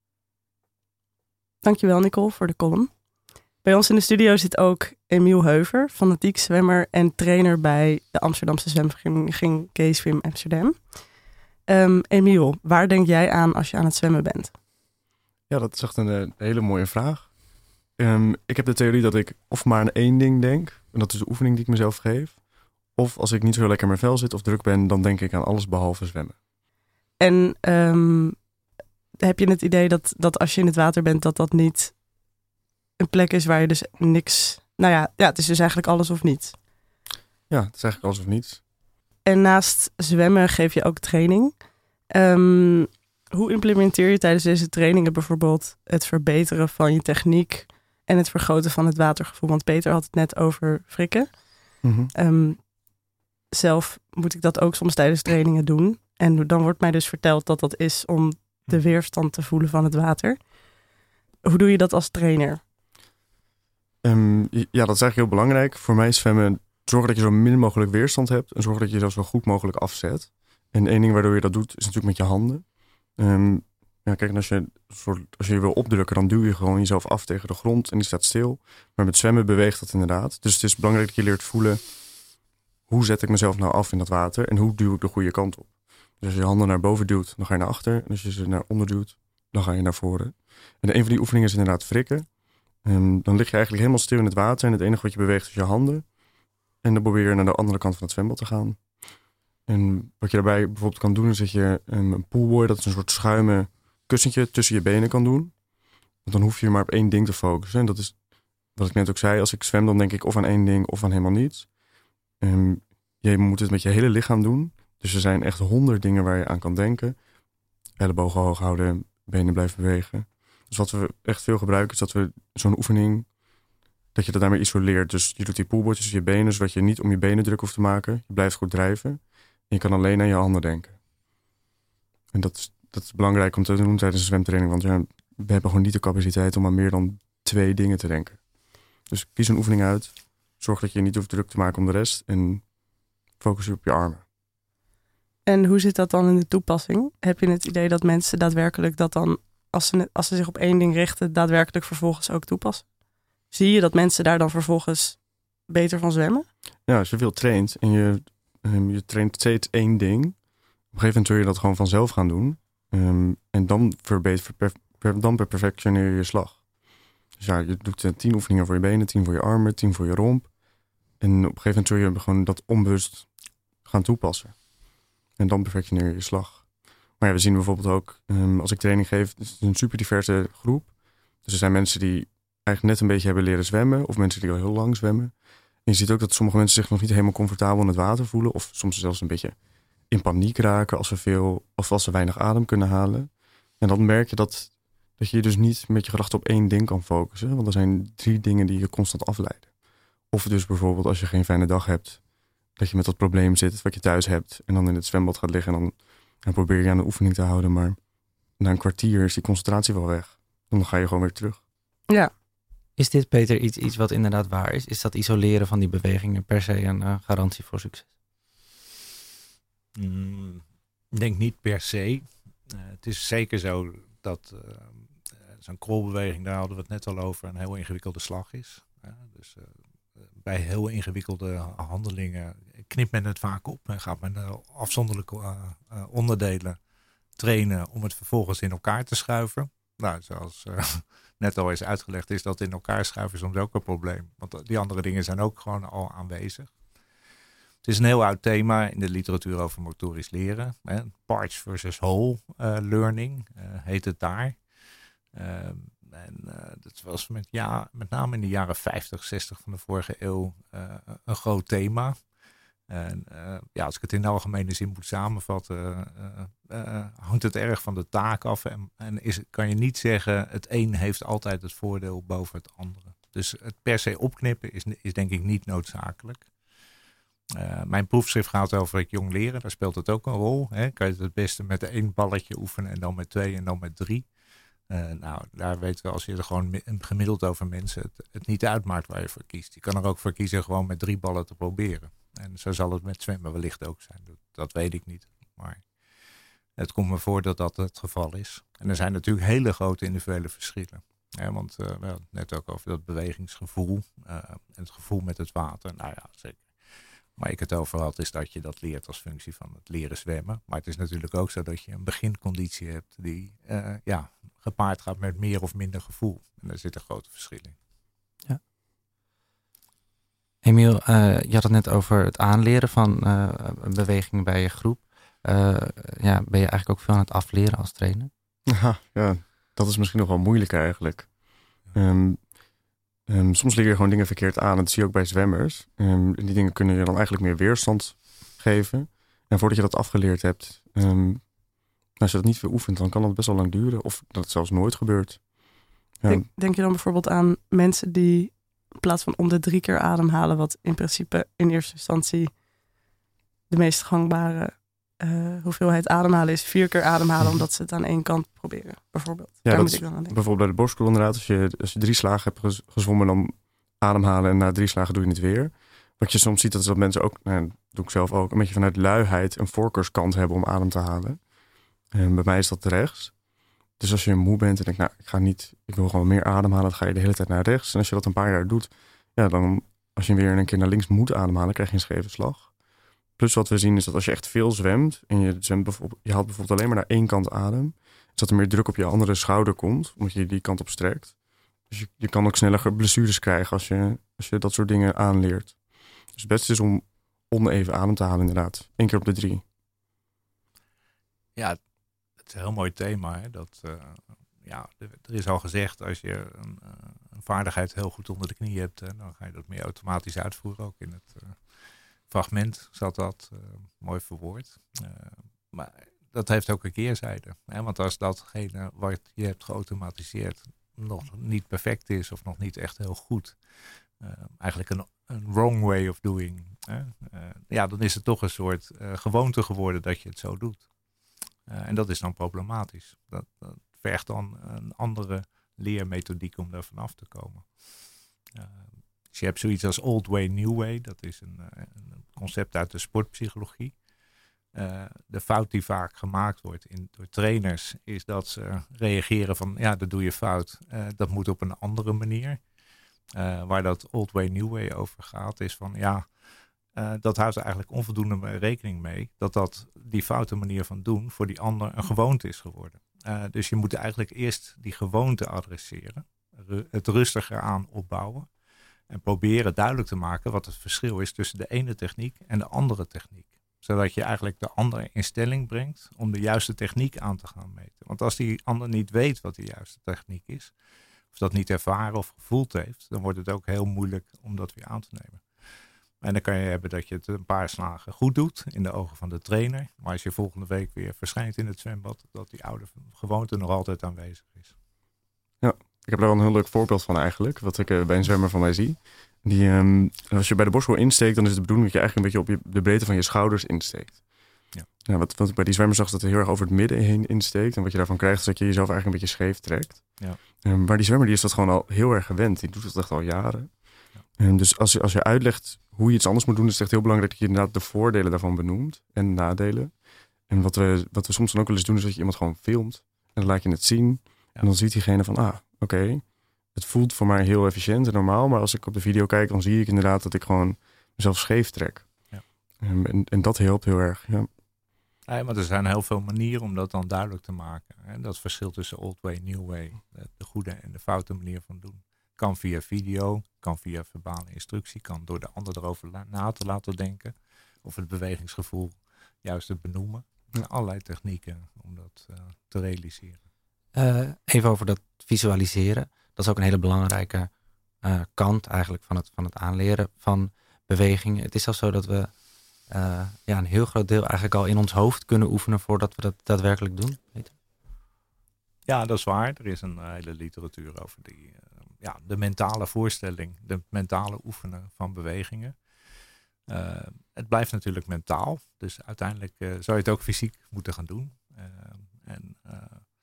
Dankjewel Nicole voor de column. Bij ons in de studio zit ook Emiel Heuver, fanatiek zwemmer en trainer bij de Amsterdamse zwemvereniging K-Swim Amsterdam. Um, Emiel, waar denk jij aan als je aan het zwemmen bent? Ja, dat is echt een, een hele mooie vraag. Um, ik heb de theorie dat ik of maar aan één ding denk, en dat is de oefening die ik mezelf geef. Of als ik niet zo lekker in mijn vel zit of druk ben, dan denk ik aan alles behalve zwemmen. En um, heb je het idee dat, dat als je in het water bent, dat dat niet een plek is waar je dus niks... Nou ja, ja, het is dus eigenlijk alles of niets. Ja, het is eigenlijk alles of niets. En naast zwemmen geef je ook training. Um, hoe implementeer je tijdens deze trainingen bijvoorbeeld het verbeteren van je techniek en het vergroten van het watergevoel? Want Peter had het net over wrikken. Mm-hmm. Um, zelf moet ik dat ook soms tijdens trainingen doen. En dan wordt mij dus verteld dat dat is om de weerstand te voelen van het water. Hoe doe je dat als trainer? Um, ja, dat is eigenlijk heel belangrijk. Voor mij is zwemmen zorgen dat je zo min mogelijk weerstand hebt en zorgen dat je dat zo goed mogelijk afzet. En één ding waardoor je dat doet is natuurlijk met je handen. Um, ja, kijk, als je, als je je wil opdrukken, dan duw je gewoon jezelf af tegen de grond en die staat stil. Maar met zwemmen beweegt dat inderdaad. Dus het is belangrijk dat je leert voelen, hoe zet ik mezelf nou af in dat water en hoe duw ik de goede kant op. Dus als je je handen naar boven duwt, dan ga je naar achter. En als je ze naar onder duwt, dan ga je naar voren. En een van die oefeningen is inderdaad wrikken. Um, dan lig je eigenlijk helemaal stil in het water en het enige wat je beweegt is je handen. En dan probeer je naar de andere kant van het zwembad te gaan. En wat je daarbij bijvoorbeeld kan doen, is dat je um, een poolboy, dat is een soort schuimen kussentje tussen je benen kan doen. Want dan hoef je maar op één ding te focussen. En dat is wat ik net ook zei, als ik zwem, dan denk ik of aan één ding of aan helemaal niets. Um, je moet het met je hele lichaam doen. Dus er zijn echt honderd dingen waar je aan kan denken. Ellebogen hoog houden, benen blijven bewegen. Dus wat we echt veel gebruiken is dat we zo'n oefening, dat je dat daarmee isoleert. Dus je doet die poolboy tussen je benen, zodat je niet om je benen druk hoeft te maken. Je blijft goed drijven. En je kan alleen aan je handen denken. En dat is, dat is belangrijk om te doen tijdens een zwemtraining. Want ja, we hebben gewoon niet de capaciteit om aan meer dan twee dingen te denken. Dus kies een oefening uit. Zorg dat je je niet hoeft druk te maken om de rest. En focus je op je armen. En hoe zit dat dan in de toepassing? Heb je het idee dat mensen daadwerkelijk dat dan, als ze, als ze zich op één ding richten, daadwerkelijk vervolgens ook toepassen? Zie je dat mensen daar dan vervolgens beter van zwemmen? Ja, als je veel traint en je, um, je traint steeds één ding. Op een gegeven moment zul je dat gewoon vanzelf gaan doen. Um, en dan, verbeter, per, per, dan perfectioneer je je slag. Dus ja, je doet uh, tien oefeningen voor je benen, tien voor je armen, tien voor je romp. En op een gegeven moment zul je gewoon dat onbewust gaan toepassen. En dan perfectioneer je je slag. Maar ja, we zien bijvoorbeeld ook, um, als ik training geef, het is een super diverse groep. Dus er zijn mensen die eigenlijk net een beetje hebben leren zwemmen. Of mensen die al heel lang zwemmen. En je ziet ook dat sommige mensen zich nog niet helemaal comfortabel in het water voelen. Of soms zelfs een beetje in paniek raken als ze veel of als ze weinig adem kunnen halen. En dan merk je dat, dat je dus niet met je gedachten op één ding kan focussen. Want er zijn drie dingen die je constant afleiden. Of dus bijvoorbeeld als je geen fijne dag hebt, dat je met dat probleem zit wat je thuis hebt. En dan in het zwembad gaat liggen en dan, dan probeer je aan de oefening te houden. Maar na een kwartier is die concentratie wel weg. En dan ga je gewoon weer terug. Ja. Is dit, Peter, iets, iets wat inderdaad waar is? Is dat isoleren van die bewegingen per se een uh, garantie voor succes? Mm, ik denk niet per se. Uh, het is zeker zo dat uh, zo'n krolbeweging, daar hadden we het net al over, een heel ingewikkelde slag is. Uh, dus uh, bij heel ingewikkelde handelingen knipt men het vaak op en gaat men uh, afzonderlijke uh, uh, onderdelen trainen om het vervolgens in elkaar te schuiven. Nou, zoals uh, net al is uitgelegd, is dat in elkaar schuiven soms ook een probleem. Want die andere dingen zijn ook gewoon al aanwezig. Het is een heel oud thema in de literatuur over motorisch leren. Hè. Parts versus whole uh, learning uh, heet het daar. Uh, en uh, dat was met, ja, met name in de jaren vijftig, zestig van de vorige eeuw uh, een groot thema. En uh, ja, als ik het in de algemene zin moet samenvatten, uh, uh, hangt het erg van de taak af. En, en is, kan je niet zeggen, het een heeft altijd het voordeel boven het andere. Dus het per se opknippen is, is denk ik niet noodzakelijk. Uh, mijn proefschrift gaat over het jong leren. Daar speelt het ook een rol. Hè? Kan je het het beste met één balletje oefenen en dan met twee en dan met drie. Uh, nou, daar weten we als je er gewoon gemiddeld over mensen het, het niet uitmaakt waar je voor kiest. Je kan er ook voor kiezen gewoon met drie ballen te proberen. En zo zal het met zwemmen wellicht ook zijn. Dat, dat weet ik niet. Maar het komt me voor dat dat het geval is. En er zijn natuurlijk hele grote individuele verschillen. Ja, want uh, we hadden het net ook over dat bewegingsgevoel. Uh, en het gevoel met het water. Nou ja, zeker. Waar ik het over had, is dat je dat leert als functie van het leren zwemmen. Maar het is natuurlijk ook zo dat je een beginconditie hebt die uh, ja, gepaard gaat met meer of minder gevoel. En daar zitten grote verschillen in. Ja. Emiel, uh, je had het net over het aanleren van uh, bewegingen bij je groep. Uh, ja, ben je eigenlijk ook veel aan het afleren als trainer? Ja, ja, dat is misschien nog wel moeilijk eigenlijk. Ja. Um, Um, soms leer je gewoon dingen verkeerd aan. Dat zie je ook bij zwemmers. Um, die dingen kunnen je dan eigenlijk meer weerstand geven. En voordat je dat afgeleerd hebt, um, als je dat niet veel oefent, dan kan dat best wel lang duren. Of dat het zelfs nooit gebeurt. Ja. Denk, denk je dan bijvoorbeeld aan mensen die in plaats van om de drie keer ademhalen, wat in principe in eerste instantie de meest gangbare uh, hoeveelheid ademhalen is, vier keer ademhalen omdat ze het aan één kant proberen, bijvoorbeeld. Ja, Daar dat moet ik dan aan denken. Bijvoorbeeld bij de borstkoel inderdaad. Als je, als je drie slagen hebt gezwommen, dan ademhalen en na drie slagen doe je het weer. Wat je soms ziet, dat is dat mensen ook, nou, dat doe ik zelf ook, een beetje vanuit luiheid een voorkeurskant hebben om adem te halen. En bij mij is dat rechts. Dus als je moe bent en denkt, nou, ik ga niet, ik wil gewoon meer ademhalen, dan ga je de hele tijd naar rechts. En als je dat een paar jaar doet, ja, dan als je weer een keer naar links moet ademhalen, krijg je een scheve slag. Plus wat we zien is dat als je echt veel zwemt en je zwemt bijvoorbeeld, je haalt bijvoorbeeld alleen maar naar één kant adem, is dat er meer druk op je andere schouder komt, omdat je die kant op strekt. Dus je, je kan ook sneller blessures krijgen als je, als je dat soort dingen aanleert. Dus het beste is om oneven adem te halen inderdaad. Eén keer op de drie. Ja, het is een heel mooi thema. Hè? Dat, uh, ja, er is al gezegd, als je een, uh, een vaardigheid heel goed onder de knie hebt, uh, dan ga je dat meer automatisch uitvoeren. Ook in het uh, fragment zat dat uh, mooi verwoord. Uh, maar dat heeft ook een keerzijde. Hè? Want als datgene wat je hebt geautomatiseerd nog niet perfect is of nog niet echt heel goed, uh, eigenlijk een, een wrong way of doing. Hè? Uh, ja, dan is het toch een soort uh, gewoonte geworden dat je het zo doet. Uh, en dat is dan problematisch. Dat, dat vergt dan een andere leermethodiek om daar vanaf te komen. Uh, dus je hebt zoiets als old way, new way. Dat is een, een concept uit de sportpsychologie. Uh, de fout die vaak gemaakt wordt in, door trainers is dat ze reageren van ja, dat doe je fout. Uh, dat moet op een andere manier. Uh, waar dat old way, new way over gaat is van ja, uh, dat houdt er eigenlijk onvoldoende rekening mee. Dat dat die foute manier van doen voor die ander een gewoonte is geworden. Uh, dus je moet eigenlijk eerst die gewoonte adresseren. Ru- het rustiger aan opbouwen. En proberen duidelijk te maken wat het verschil is tussen de ene techniek en de andere techniek. Zodat je eigenlijk de ander in stelling brengt om de juiste techniek aan te gaan meten. Want als die ander niet weet wat de juiste techniek is, of dat niet ervaren of gevoeld heeft, dan wordt het ook heel moeilijk om dat weer aan te nemen. En dan kan je hebben dat je het een paar slagen goed doet in de ogen van de trainer. Maar als je volgende week weer verschijnt in het zwembad, dat die oude gewoonte nog altijd aanwezig is. Ja, ik heb daar wel een heel leuk voorbeeld van eigenlijk, wat ik uh, bij een zwemmer van mij zie. Die, um, als je bij de borstwol insteekt, dan is het de bedoeling dat je eigenlijk een beetje op je, de breedte van je schouders insteekt. Ja. Ja, wat, wat ik bij die zwemmer zag, is dat hij heel erg over het midden heen insteekt. En wat je daarvan krijgt, is dat je jezelf eigenlijk een beetje scheef trekt. Ja. Um, maar die zwemmer die is dat gewoon al heel erg gewend. Die doet dat echt al jaren. Ja. Um, dus als je, als je uitlegt hoe je iets anders moet doen, is het echt heel belangrijk dat je inderdaad de voordelen daarvan benoemt. En de nadelen. En wat we, wat we soms dan ook wel eens doen, is dat je iemand gewoon filmt. En dan laat je het zien. Ja. En dan ziet diegene van, ah, oké. Okay. Het voelt voor mij heel efficiënt en normaal. Maar als ik op de video kijk, dan zie ik inderdaad dat ik gewoon mezelf scheef trek. Ja. Um, en, en dat helpt heel erg, ja. Ja, maar er zijn heel veel manieren om dat dan duidelijk te maken. Hè? Dat verschil tussen old way, new way. De goede en de foute manier van doen. Kan via video, kan via verbale instructie. Kan door de ander erover la- na te laten denken. Of het bewegingsgevoel juist te benoemen. Er zijn allerlei technieken om dat uh, te realiseren. Uh, even over dat visualiseren. Dat is ook een hele belangrijke uh, kant eigenlijk van het, van het aanleren van beweging. Het is zelfs zo dat we uh, ja, een heel groot deel eigenlijk al in ons hoofd kunnen oefenen voordat we dat daadwerkelijk doen. Weet je? Ja, dat is waar. Er is een hele literatuur over die, uh, ja, de mentale voorstelling, de mentale oefenen van bewegingen. Uh, het blijft natuurlijk mentaal, dus uiteindelijk uh, zou je het ook fysiek moeten gaan doen. Uh, en uh,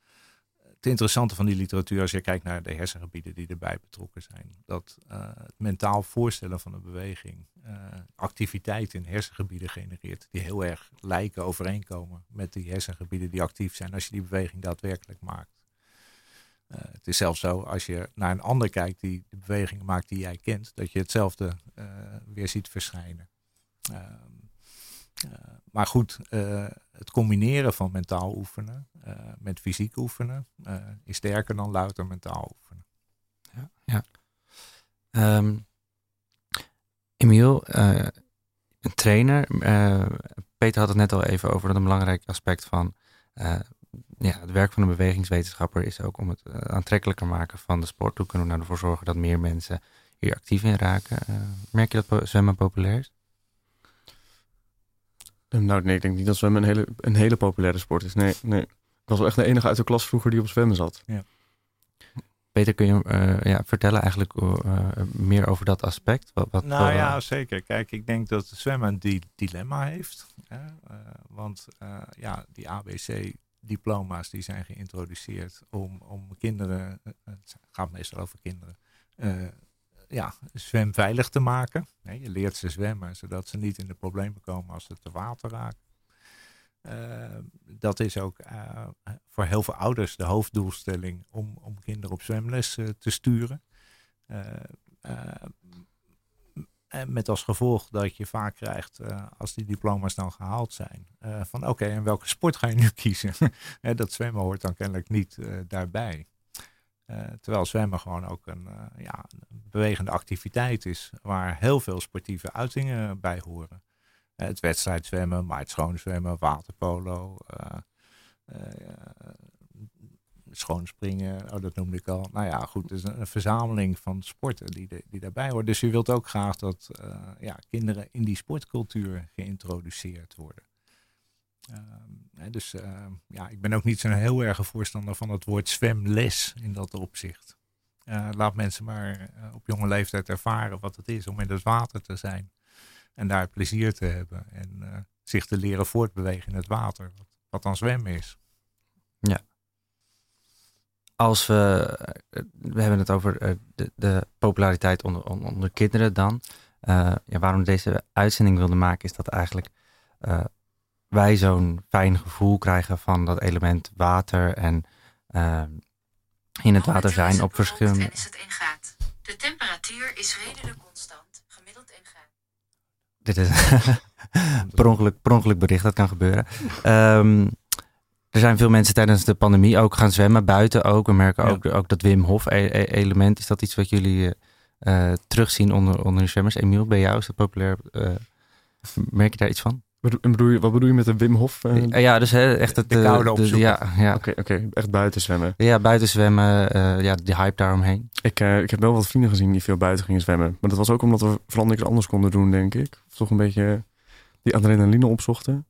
het interessante van die literatuur, als je kijkt naar de hersengebieden die erbij betrokken zijn, dat uh, het mentaal voorstellen van een beweging uh, activiteit in hersengebieden genereert die heel erg lijken, overeenkomen met die hersengebieden die actief zijn als je die beweging daadwerkelijk maakt. Uh, het is zelfs zo, als je naar een ander kijkt die de bewegingen maakt die jij kent, dat je hetzelfde uh, weer ziet verschijnen. Uh, uh, maar goed, uh, het combineren van mentaal oefenen uh, met fysiek oefenen uh, is sterker dan louter mentaal oefenen. Ja, ja. Um, Emiel, uh, een trainer. Uh, Peter had het net al even over dat een belangrijk aspect van uh, ja, het werk van een bewegingswetenschapper is ook om het uh, aantrekkelijker maken van de sport. Hoe kunnen we nou ervoor zorgen dat meer mensen hier actief in raken? Uh, merk je dat po- zwemmen populair is? Nou, nee, ik denk niet dat zwemmen een hele, een hele populaire sport is. Nee, nee. Ik was wel echt de enige uit de klas vroeger die op zwemmen zat. Ja. Peter, kun je uh, ja, vertellen eigenlijk uh, meer over dat aspect? Wat, wat, nou wat, ja, zeker. Kijk, ik denk dat zwemmen een di- dilemma heeft. Hè? Uh, want uh, ja, die A B C-diploma's die zijn geïntroduceerd om, om kinderen, uh, het gaat meestal over kinderen, uh, ja, zwemveilig te maken. Je leert ze zwemmen, zodat ze niet in de problemen komen als ze te water raken. Uh, dat is ook uh, voor heel veel ouders de hoofddoelstelling om, om kinderen op zwemles uh, te sturen. Uh, uh, en met als gevolg dat je vaak krijgt, uh, als die diploma's dan gehaald zijn, uh, van oké, okay, en welke sport ga je nu kiezen? Dat zwemmen hoort dan kennelijk niet uh, daarbij. Uh, terwijl zwemmen gewoon ook een, uh, ja, een bewegende activiteit is waar heel veel sportieve uitingen bij horen. Uh, het wedstrijdzwemmen, maar het schoonzwemmen, waterpolo, uh, uh, schoonspringen, oh, dat noemde ik al. Nou ja, goed, het is een, een verzameling van sporten die, de, die daarbij horen. Dus je wilt ook graag dat uh, ja, kinderen in die sportcultuur geïntroduceerd worden. Uh, dus uh, ja, ik ben ook niet zo'n heel erg voorstander van het woord zwemles in dat opzicht. Uh, laat mensen maar uh, op jonge leeftijd ervaren wat het is om in het water te zijn. En daar plezier te hebben. En uh, zich te leren voortbewegen in het water. Wat, wat dan zwemmen is. Ja. Als we, we hebben het over de, de populariteit onder, onder kinderen dan. Uh, ja, waarom we deze uitzending wilden maken is dat eigenlijk uh, wij zo'n fijn gevoel krijgen van dat element water en uh, in het water zijn op verschillende... En is het één graad. De temperatuur is redelijk constant, gemiddeld één graad. Dit is per, ongeluk, per ongeluk bericht, dat kan gebeuren. Um, Er zijn veel mensen tijdens de pandemie ook gaan zwemmen, buiten ook. We merken ook, ja. ook dat Wim Hof element. Is dat iets wat jullie uh, terugzien onder, onder de zwemmers? Emiel, bij jou is dat populair? Uh, merk je daar iets van? Bedoel je, wat bedoel je met de Wim Hof? Uh, ja, ja, dus hè, echt het, de, de koude opzoeken. Ja, ja. Oké, okay, okay, echt buiten zwemmen. Ja, buiten zwemmen. Uh, ja, die hype daaromheen. Ik, uh, ik heb wel wat vrienden gezien die veel buiten gingen zwemmen. Maar dat was ook omdat we vooral niks anders konden doen, denk ik. Of toch een beetje die adrenaline opzochten.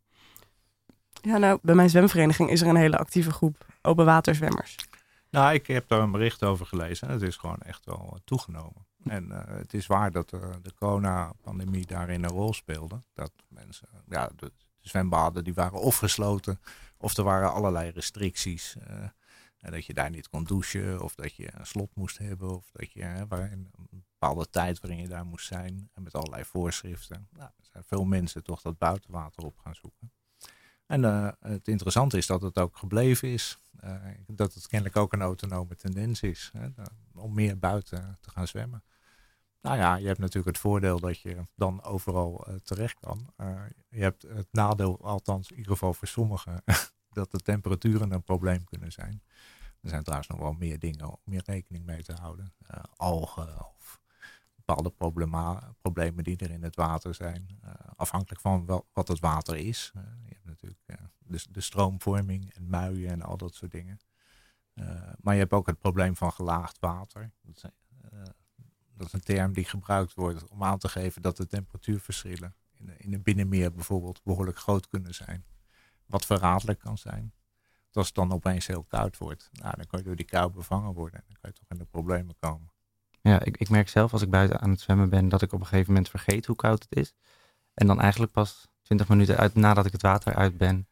Ja, nou, bij mijn zwemvereniging is er een hele actieve groep open waterzwemmers. Nou, ik heb daar een bericht over gelezen. Het is gewoon echt wel toegenomen. En uh, het is waar dat uh, de coronapandemie daarin een rol speelde. Dat mensen, ja, de, de zwembaden die waren of gesloten, of er waren allerlei restricties. Uh, en dat je daar niet kon douchen, of dat je een slot moest hebben, of dat je uh, waarin, een bepaalde tijd waarin je daar moest zijn. En met allerlei voorschriften. Nou, er zijn veel mensen toch dat buitenwater op gaan zoeken. En uh, het interessante is dat het ook gebleven is. Uh, dat het kennelijk ook een autonome tendens is. Hè, om meer buiten te gaan zwemmen. Nou ja, je hebt natuurlijk het voordeel dat je dan overal uh, terecht kan. Uh, je hebt het nadeel, althans in ieder geval voor sommigen, dat de temperaturen een probleem kunnen zijn. Er zijn trouwens nog wel meer dingen om meer rekening mee te houden. Uh, algen of bepaalde problema- problemen die er in het water zijn. Uh, afhankelijk van wel, wat het water is. Uh, je hebt natuurlijk uh, de, de stroomvorming en muien en al dat soort dingen. Uh, maar je hebt ook het probleem van gelaagd water. Dat is, uh, dat is een term die gebruikt wordt om aan te geven dat de temperatuurverschillen in, de, in een binnenmeer bijvoorbeeld behoorlijk groot kunnen zijn. Wat verraderlijk kan zijn. Want als het dan opeens heel koud wordt, nou, dan kan je door die kou bevangen worden. En dan kan je toch in de problemen komen. Ja, ik, ik merk zelf als ik buiten aan het zwemmen ben dat ik op een gegeven moment vergeet hoe koud het is. En dan eigenlijk pas twintig minuten uit, nadat ik het water uit ben,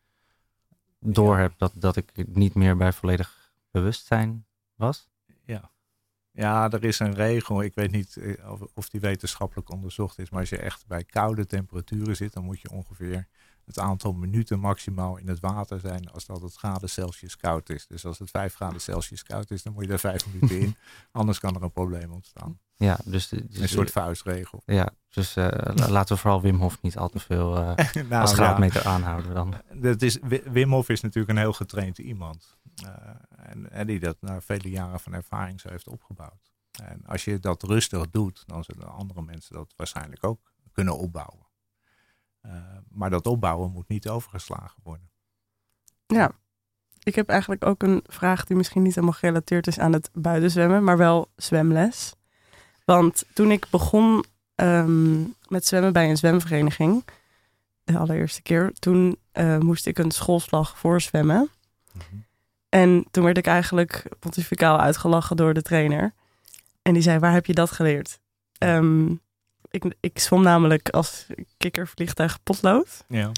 door heb dat, dat ik niet meer bij volledig bewustzijn was. Ja. Ja, er is een regel. Ik weet niet of, of die wetenschappelijk onderzocht is. Maar als je echt bij koude temperaturen zit, dan moet je ongeveer het aantal minuten maximaal in het water zijn als dat het graden Celsius koud is. Dus als het vijf graden Celsius koud is, dan moet je er vijf minuten in. Anders kan er een probleem ontstaan. Ja, dus, dus een soort vuistregel. Ja, dus uh, laten we vooral Wim Hof niet al te veel uh, nou, als graadmeter ja. aanhouden dan. Dat is, Wim Hof is natuurlijk een heel getraind iemand. Uh, en, en die dat na vele jaren van ervaring zo heeft opgebouwd. En als je dat rustig doet, dan zullen andere mensen dat waarschijnlijk ook kunnen opbouwen. Uh, maar dat opbouwen moet niet overgeslagen worden. Ja, ik heb eigenlijk ook een vraag die misschien niet helemaal gerelateerd is aan het buitenzwemmen, maar wel zwemles. Want toen ik begon um, met zwemmen bij een zwemvereniging, de allereerste keer, toen uh, moest ik een schoolslag voorzwemmen. Mm-hmm. En toen werd ik eigenlijk pontificaal uitgelachen door de trainer. En die zei, waar heb je dat geleerd? Um, ik, ik zwom namelijk als kikkervliegtuig potlood. Ja.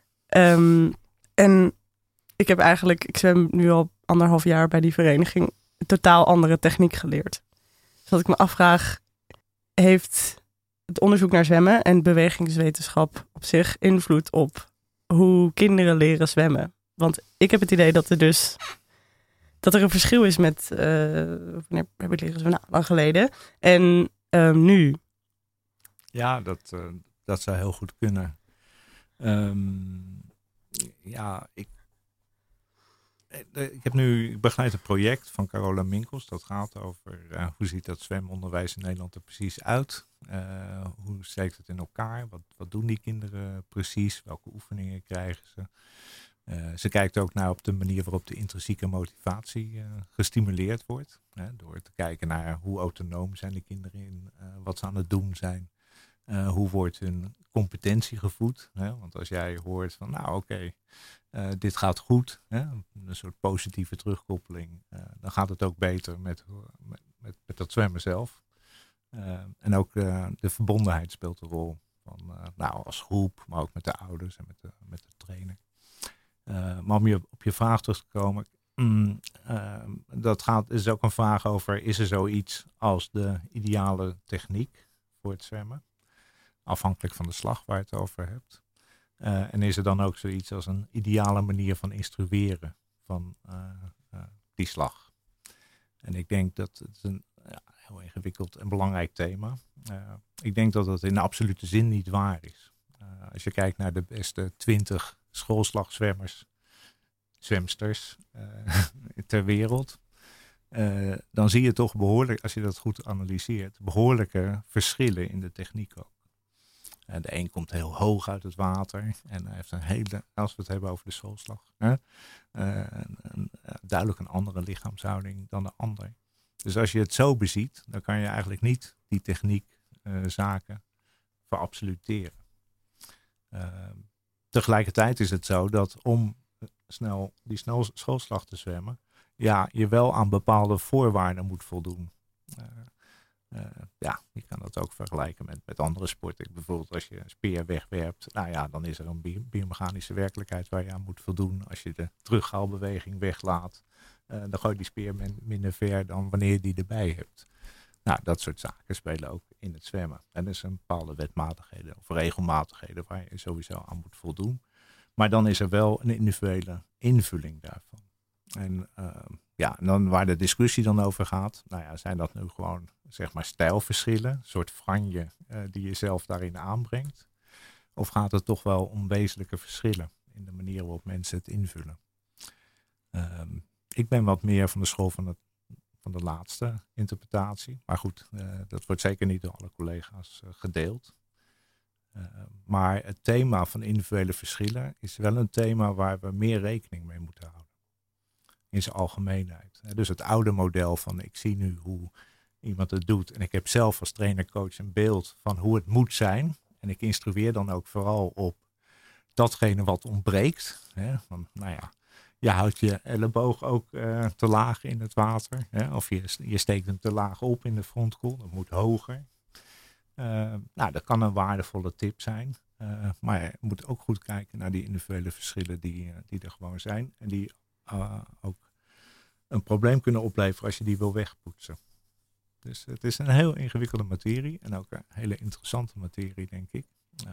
Um, en ik heb eigenlijk, ik zwem nu al anderhalf jaar bij die vereniging, een totaal andere techniek geleerd. Dus dat ik me afvraag, heeft het onderzoek naar zwemmen en bewegingswetenschap op zich invloed op hoe kinderen leren zwemmen? Want ik heb het idee dat er dus dat er een verschil is met uh, wanneer heb ik leren zwemmen? Nou, lang geleden. En um, nu. Ja, dat, uh, dat zou heel goed kunnen. Um, ja, ik, ik heb nu ik begeleid een project van Carola Minkels. Dat gaat over uh, hoe ziet dat zwemonderwijs in Nederland er precies uit? Uh, hoe steekt het in elkaar? Wat, wat doen die kinderen precies? Welke oefeningen krijgen ze? Uh, ze kijkt ook naar op de manier waarop de intrinsieke motivatie uh, gestimuleerd wordt. Hè, door te kijken naar hoe autonoom zijn de kinderen in, uh, wat ze aan het doen zijn. Uh, hoe wordt hun competentie gevoed? Hè? Want als jij hoort van nou oké, okay, uh, dit gaat goed. Hè? Een soort positieve terugkoppeling. Uh, dan gaat het ook beter met, met, met, met dat zwemmen zelf. Uh, en ook uh, de verbondenheid speelt een rol. Van, uh, nou, als groep, maar ook met de ouders en met de, met de trainer. Uh, maar om je, op je vraag terug te komen. Mm, uh, dat gaat, is ook een vraag over, is er zoiets als de ideale techniek voor het zwemmen? Afhankelijk van de slag waar je het over hebt. Uh, en is er dan ook zoiets als een ideale manier van instrueren van uh, uh, die slag? En ik denk dat het een ja, heel ingewikkeld en belangrijk thema. Uh, ik denk dat dat in de absolute zin niet waar is. Uh, als je kijkt naar de beste twintig schoolslagzwemmers, zwemsters uh, ter wereld, uh, dan zie je toch behoorlijk, als je dat goed analyseert, behoorlijke verschillen in de techniek ook. Uh, de een komt heel hoog uit het water en hij heeft een hele, als we het hebben over de schoolslag, uh, uh, een, een, duidelijk een andere lichaamshouding dan de ander. Dus als je het zo beziet, dan kan je eigenlijk niet die techniek uh, zaken verabsoluteren. Uh, tegelijkertijd is het zo dat om snel die snel schoolslag te zwemmen, ja, je wel aan bepaalde voorwaarden moet voldoen. Uh, uh, ja, je kan dat ook vergelijken met, met andere sporten. Bijvoorbeeld als je een speer wegwerpt, nou ja, dan is er een bi- biomechanische werkelijkheid waar je aan moet voldoen. Als je de terughaalbeweging weglaat, uh, dan gooi je die speer min, minder ver dan wanneer je die erbij hebt. Nou, dat soort zaken spelen ook in het zwemmen. En er zijn bepaalde wetmatigheden of regelmatigheden waar je sowieso aan moet voldoen. Maar dan is er wel een individuele invulling daarvan. En uh, ja, en dan waar de discussie dan over gaat, nou ja, zijn dat nu gewoon zeg maar stijlverschillen, een soort franje uh, die je zelf daarin aanbrengt? Of gaat het toch wel om wezenlijke verschillen in de manier waarop mensen het invullen? Um, ik ben wat meer van de school van, het, van de laatste interpretatie. Maar goed, uh, dat wordt zeker niet door alle collega's uh, gedeeld. Uh, maar het thema van individuele verschillen is wel een thema waar we meer rekening mee moeten houden. In zijn algemeenheid. Dus het oude model van ik zie nu hoe iemand het doet. En ik heb zelf als trainer-coach een beeld van hoe het moet zijn. En ik instrueer dan ook vooral op datgene wat ontbreekt. Hè? Van, nou ja, je houdt je elleboog ook uh, te laag in het water. Hè? Of je, je steekt hem te laag op in de frontkoel. Dat moet hoger. Uh, nou, dat kan een waardevolle tip zijn. Uh, maar je moet ook goed kijken naar die individuele verschillen die, uh, die er gewoon zijn. En die uh, ook een probleem kunnen opleveren als je die wil wegpoetsen. Dus het is een heel ingewikkelde materie. En ook een hele interessante materie, denk ik. Uh,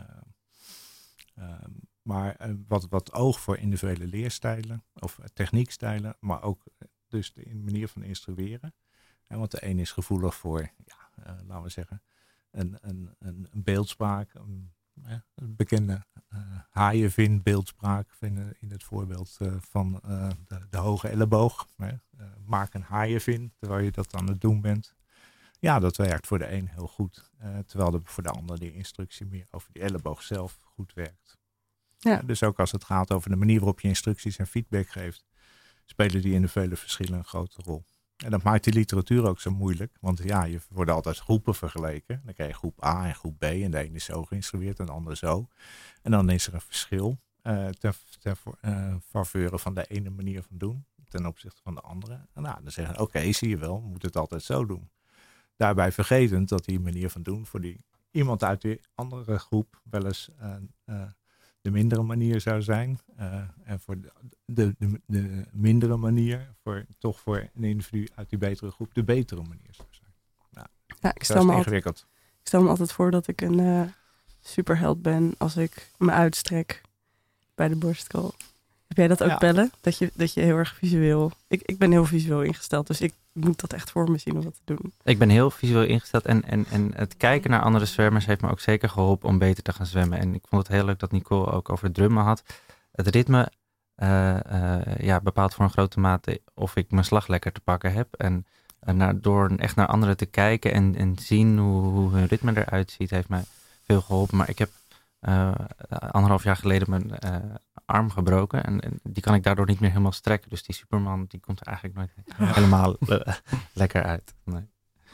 uh, maar uh, wat, wat oog voor individuele leerstijlen of uh, techniekstijlen. Maar ook uh, dus de manier van instrueren. En want de een is gevoelig voor, ja, uh, laten we zeggen, een, een, een, een beeldspraak. Een, een bekende uh, haaienvin beeldspraak in, in het voorbeeld uh, van uh, de, de hoge elleboog. Hè. Uh, maak een haaienvin terwijl je dat aan het doen bent. Ja, dat werkt voor de een heel goed. Uh, terwijl de, voor de ander die instructie meer over die elleboog zelf goed werkt. Ja. Uh, dus ook als het gaat over de manier waarop je instructies en feedback geeft, spelen die individuele verschillen een grote rol. En dat maakt die literatuur ook zo moeilijk. Want ja, je worden altijd groepen vergeleken. Dan krijg je groep A en groep B. En de ene is zo geïnstrueerd en de ander zo. En dan is er een verschil uh, ten, ten uh, faveur van de ene manier van doen ten opzichte van de andere. En nou, dan zeggen we, oké, okay, zie je wel, we moeten het altijd zo doen. Daarbij vergetend dat die manier van doen voor die iemand uit die andere groep wel eens uh, uh, de mindere manier zou zijn. Uh, en voor de, de, de, de mindere manier, voor, toch voor een individu uit die betere groep, de betere manier zou zijn. Nou, ja, ik stel, me altijd, ik stel me altijd voor dat ik een uh, superheld ben als ik me uitstrek bij de borstcrawl. Heb jij dat ook, ja. Bellen? Dat je, dat je heel erg visueel... Ik, ik ben heel visueel ingesteld, dus ik moet dat echt voor me zien om dat te doen. Ik ben heel visueel ingesteld en, en, en het kijken naar andere zwemmers heeft me ook zeker geholpen om beter te gaan zwemmen. En ik vond het heel leuk dat Nicole ook over het drummen had. Het ritme uh, uh, ja, bepaalt voor een grote mate of ik mijn slag lekker te pakken heb. En uh, naar, door echt naar anderen te kijken en, en zien hoe, hoe hun ritme eruit ziet, heeft mij veel geholpen. Maar ik heb uh, anderhalf jaar geleden mijn uh, arm gebroken en, en die kan ik daardoor niet meer helemaal strekken. Dus die Superman die komt er eigenlijk nooit helemaal uh, lekker uit. Nee.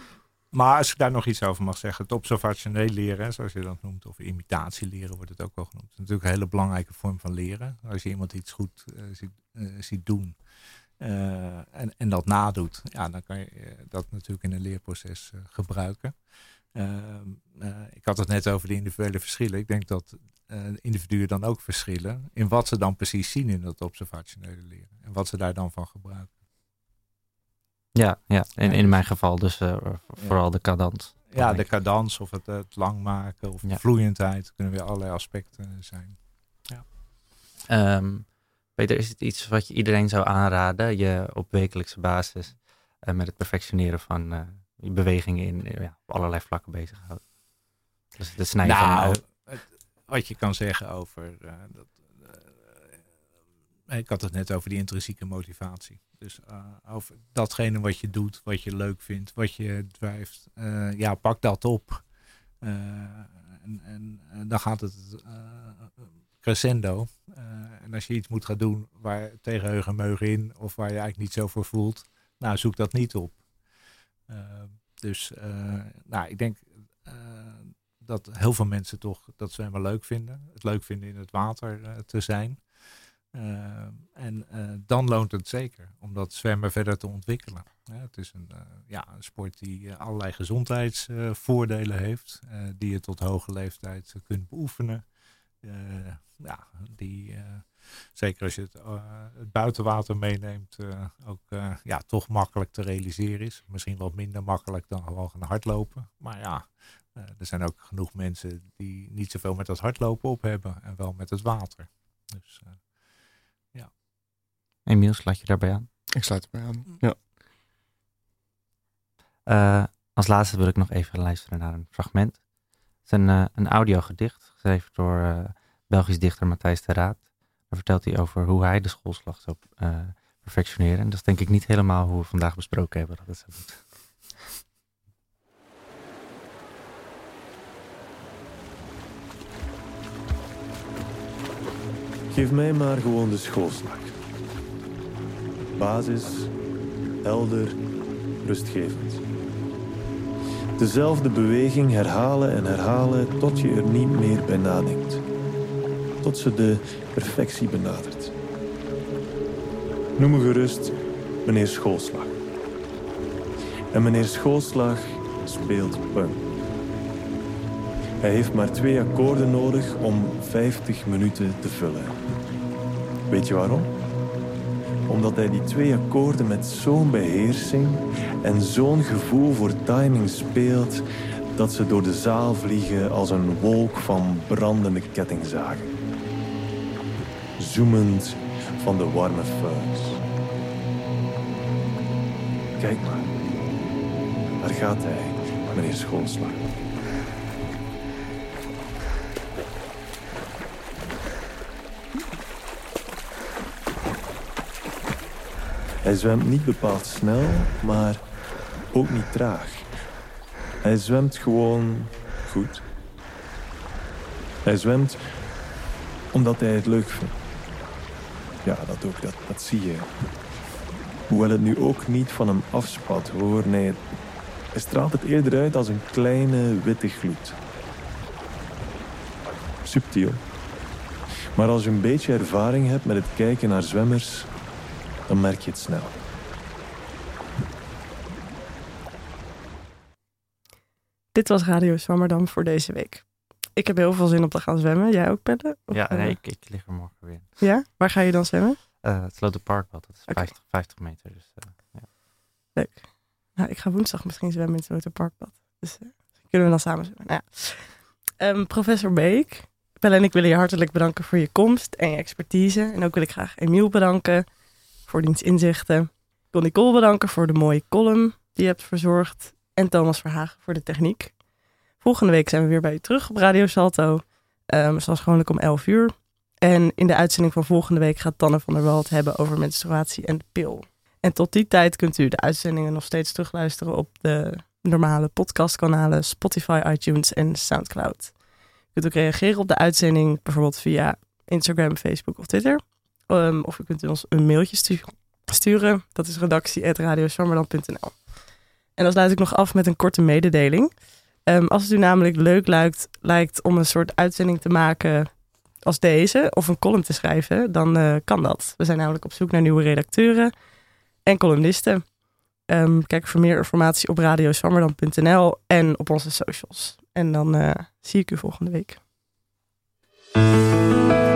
Maar als ik daar nog iets over mag zeggen, het observationeel leren, zoals je dat noemt, of imitatie leren wordt het ook wel genoemd. Het is natuurlijk een hele belangrijke vorm van leren. Als je iemand iets goed uh, ziet, uh, ziet doen Uh, en, en dat nadoet, ja, dan kan je uh, dat natuurlijk in een leerproces uh, gebruiken. Uh, uh, ik had het net over de individuele verschillen. Ik denk dat uh, individuen dan ook verschillen in wat ze dan precies zien in dat observationele leren. En wat ze daar dan van gebruiken. Ja, ja. In, in mijn geval dus uh, vooral ja. de cadans. Ja, de cadans of het, het lang maken of de ja. vloeiendheid. Kunnen weer allerlei aspecten zijn. Ja. Um, Peter, is het iets wat je iedereen zou aanraden? Je op wekelijkse basis uh, met het perfectioneren van uh, je bewegingen in uh, ja, op allerlei vlakken bezighoudt? Dus het snijden nou, van... Uh, het, wat je kan zeggen over... Uh, dat, uh, ik had het net over die intrinsieke motivatie. Dus uh, over datgene wat je doet, wat je leuk vindt, wat je drijft. Uh, ja, pak dat op. Uh, en, en, en dan gaat het... Uh, crescendo. Uh, en als je iets moet gaan doen waar tegen heugenmeugen in of waar je eigenlijk niet zo voor voelt, nou, zoek dat niet op. Uh, dus uh, nou, ik denk uh, dat heel veel mensen toch dat zwemmen leuk vinden. Het leuk vinden in het water uh, te zijn. Uh, en uh, dan loont het zeker om dat zwemmen verder te ontwikkelen. Ja, het is een, uh, ja, een sport die uh, allerlei gezondheidsvoordelen uh, heeft, uh, die je tot hoge leeftijd uh, kunt beoefenen. Uh, ja, die, uh, zeker als je het, uh, het buitenwater meeneemt, uh, ook uh, ja, toch makkelijk te realiseren is. Misschien wat minder makkelijk dan gewoon gaan hardlopen. Maar ja, uh, er zijn ook genoeg mensen die niet zoveel met dat hardlopen op hebben en wel met het water. Dus uh, ja. Emiel, sluit je daarbij aan? Ik sluit erbij aan, ja. Uh, als laatste wil ik nog even luisteren naar een fragment. Het is een, uh, een audiogedicht, geschreven door uh, Belgisch dichter Matthijs de Raad. Daar vertelt hij over hoe hij de schoolslag zou uh, perfectioneren. En dat is denk ik niet helemaal hoe we vandaag besproken hebben dat het zo moet. Geef mij maar gewoon de schoolslag. Basis, helder, rustgevend. Dezelfde beweging herhalen en herhalen tot je er niet meer bij nadenkt. Tot ze de perfectie benadert. Noem me gerust meneer Schoolslag. En meneer Schoolslag speelt punk. Hij heeft maar twee akkoorden nodig om vijftig minuten te vullen. Weet je waarom? Omdat hij die twee akkoorden met zo'n beheersing en zo'n gevoel voor timing speelt, dat ze door de zaal vliegen als een wolk van brandende kettingzagen. Zoemend van de warme fuiks. Kijk maar. Daar gaat hij, meneer Schoolslag. Hij zwemt niet bepaald snel, maar ook niet traag. Hij zwemt gewoon goed. Hij zwemt omdat hij het leuk vindt. Ja, dat ook, dat, dat zie je. Hoewel het nu ook niet van hem afspat, hoor. Nee, hij straalt het eerder uit als een kleine witte gloed. Subtiel. Maar als je een beetje ervaring hebt met het kijken naar zwemmers, dan merk je het snel. Dit was Radio Swammerdam voor deze week. Ik heb heel veel zin om te gaan zwemmen. Jij ook, Pelle? Of, ja, nee, uh... ik, ik lig er morgen weer. Ja? Waar ga je dan zwemmen? Uh, het Sloterparkbad, dat is okay. vijftig, vijftig meter. Dus, uh, ja. Leuk. Nou, ik ga woensdag misschien zwemmen in het Sloterparkbad. Dus uh, kunnen we dan samen zwemmen. Nou ja. um, professor Beek, Pelle en ik willen je hartelijk bedanken voor je komst en je expertise. En ook wil ik graag Emiel bedanken voor diens inzichten. Ik wil Nicole bedanken voor de mooie column die je hebt verzorgd. En Thomas Verhagen voor de techniek. Volgende week zijn we weer bij u terug op Radio Salto. Um, zoals gewoonlijk om elf uur. En in de uitzending van volgende week gaat Tanne van der Wal het hebben over menstruatie en de pil. En tot die tijd kunt u de uitzendingen nog steeds terugluisteren op de normale podcastkanalen Spotify, iTunes en Soundcloud. U kunt ook reageren op de uitzending bijvoorbeeld via Instagram, Facebook of Twitter. Um, of u kunt ons een mailtje stu- sturen. Dat is redactie at radioswammerdam punt n l. En dan sluit ik nog af met een korte mededeling. Um, als het u namelijk leuk lijkt, lijkt om een soort uitzending te maken als deze, of een column te schrijven, dan uh, kan dat. We zijn namelijk op zoek naar nieuwe redacteuren. en columniste. Um, kijk voor meer informatie op radio zwammerdam punt n l en op onze socials. En dan uh, zie ik u volgende week.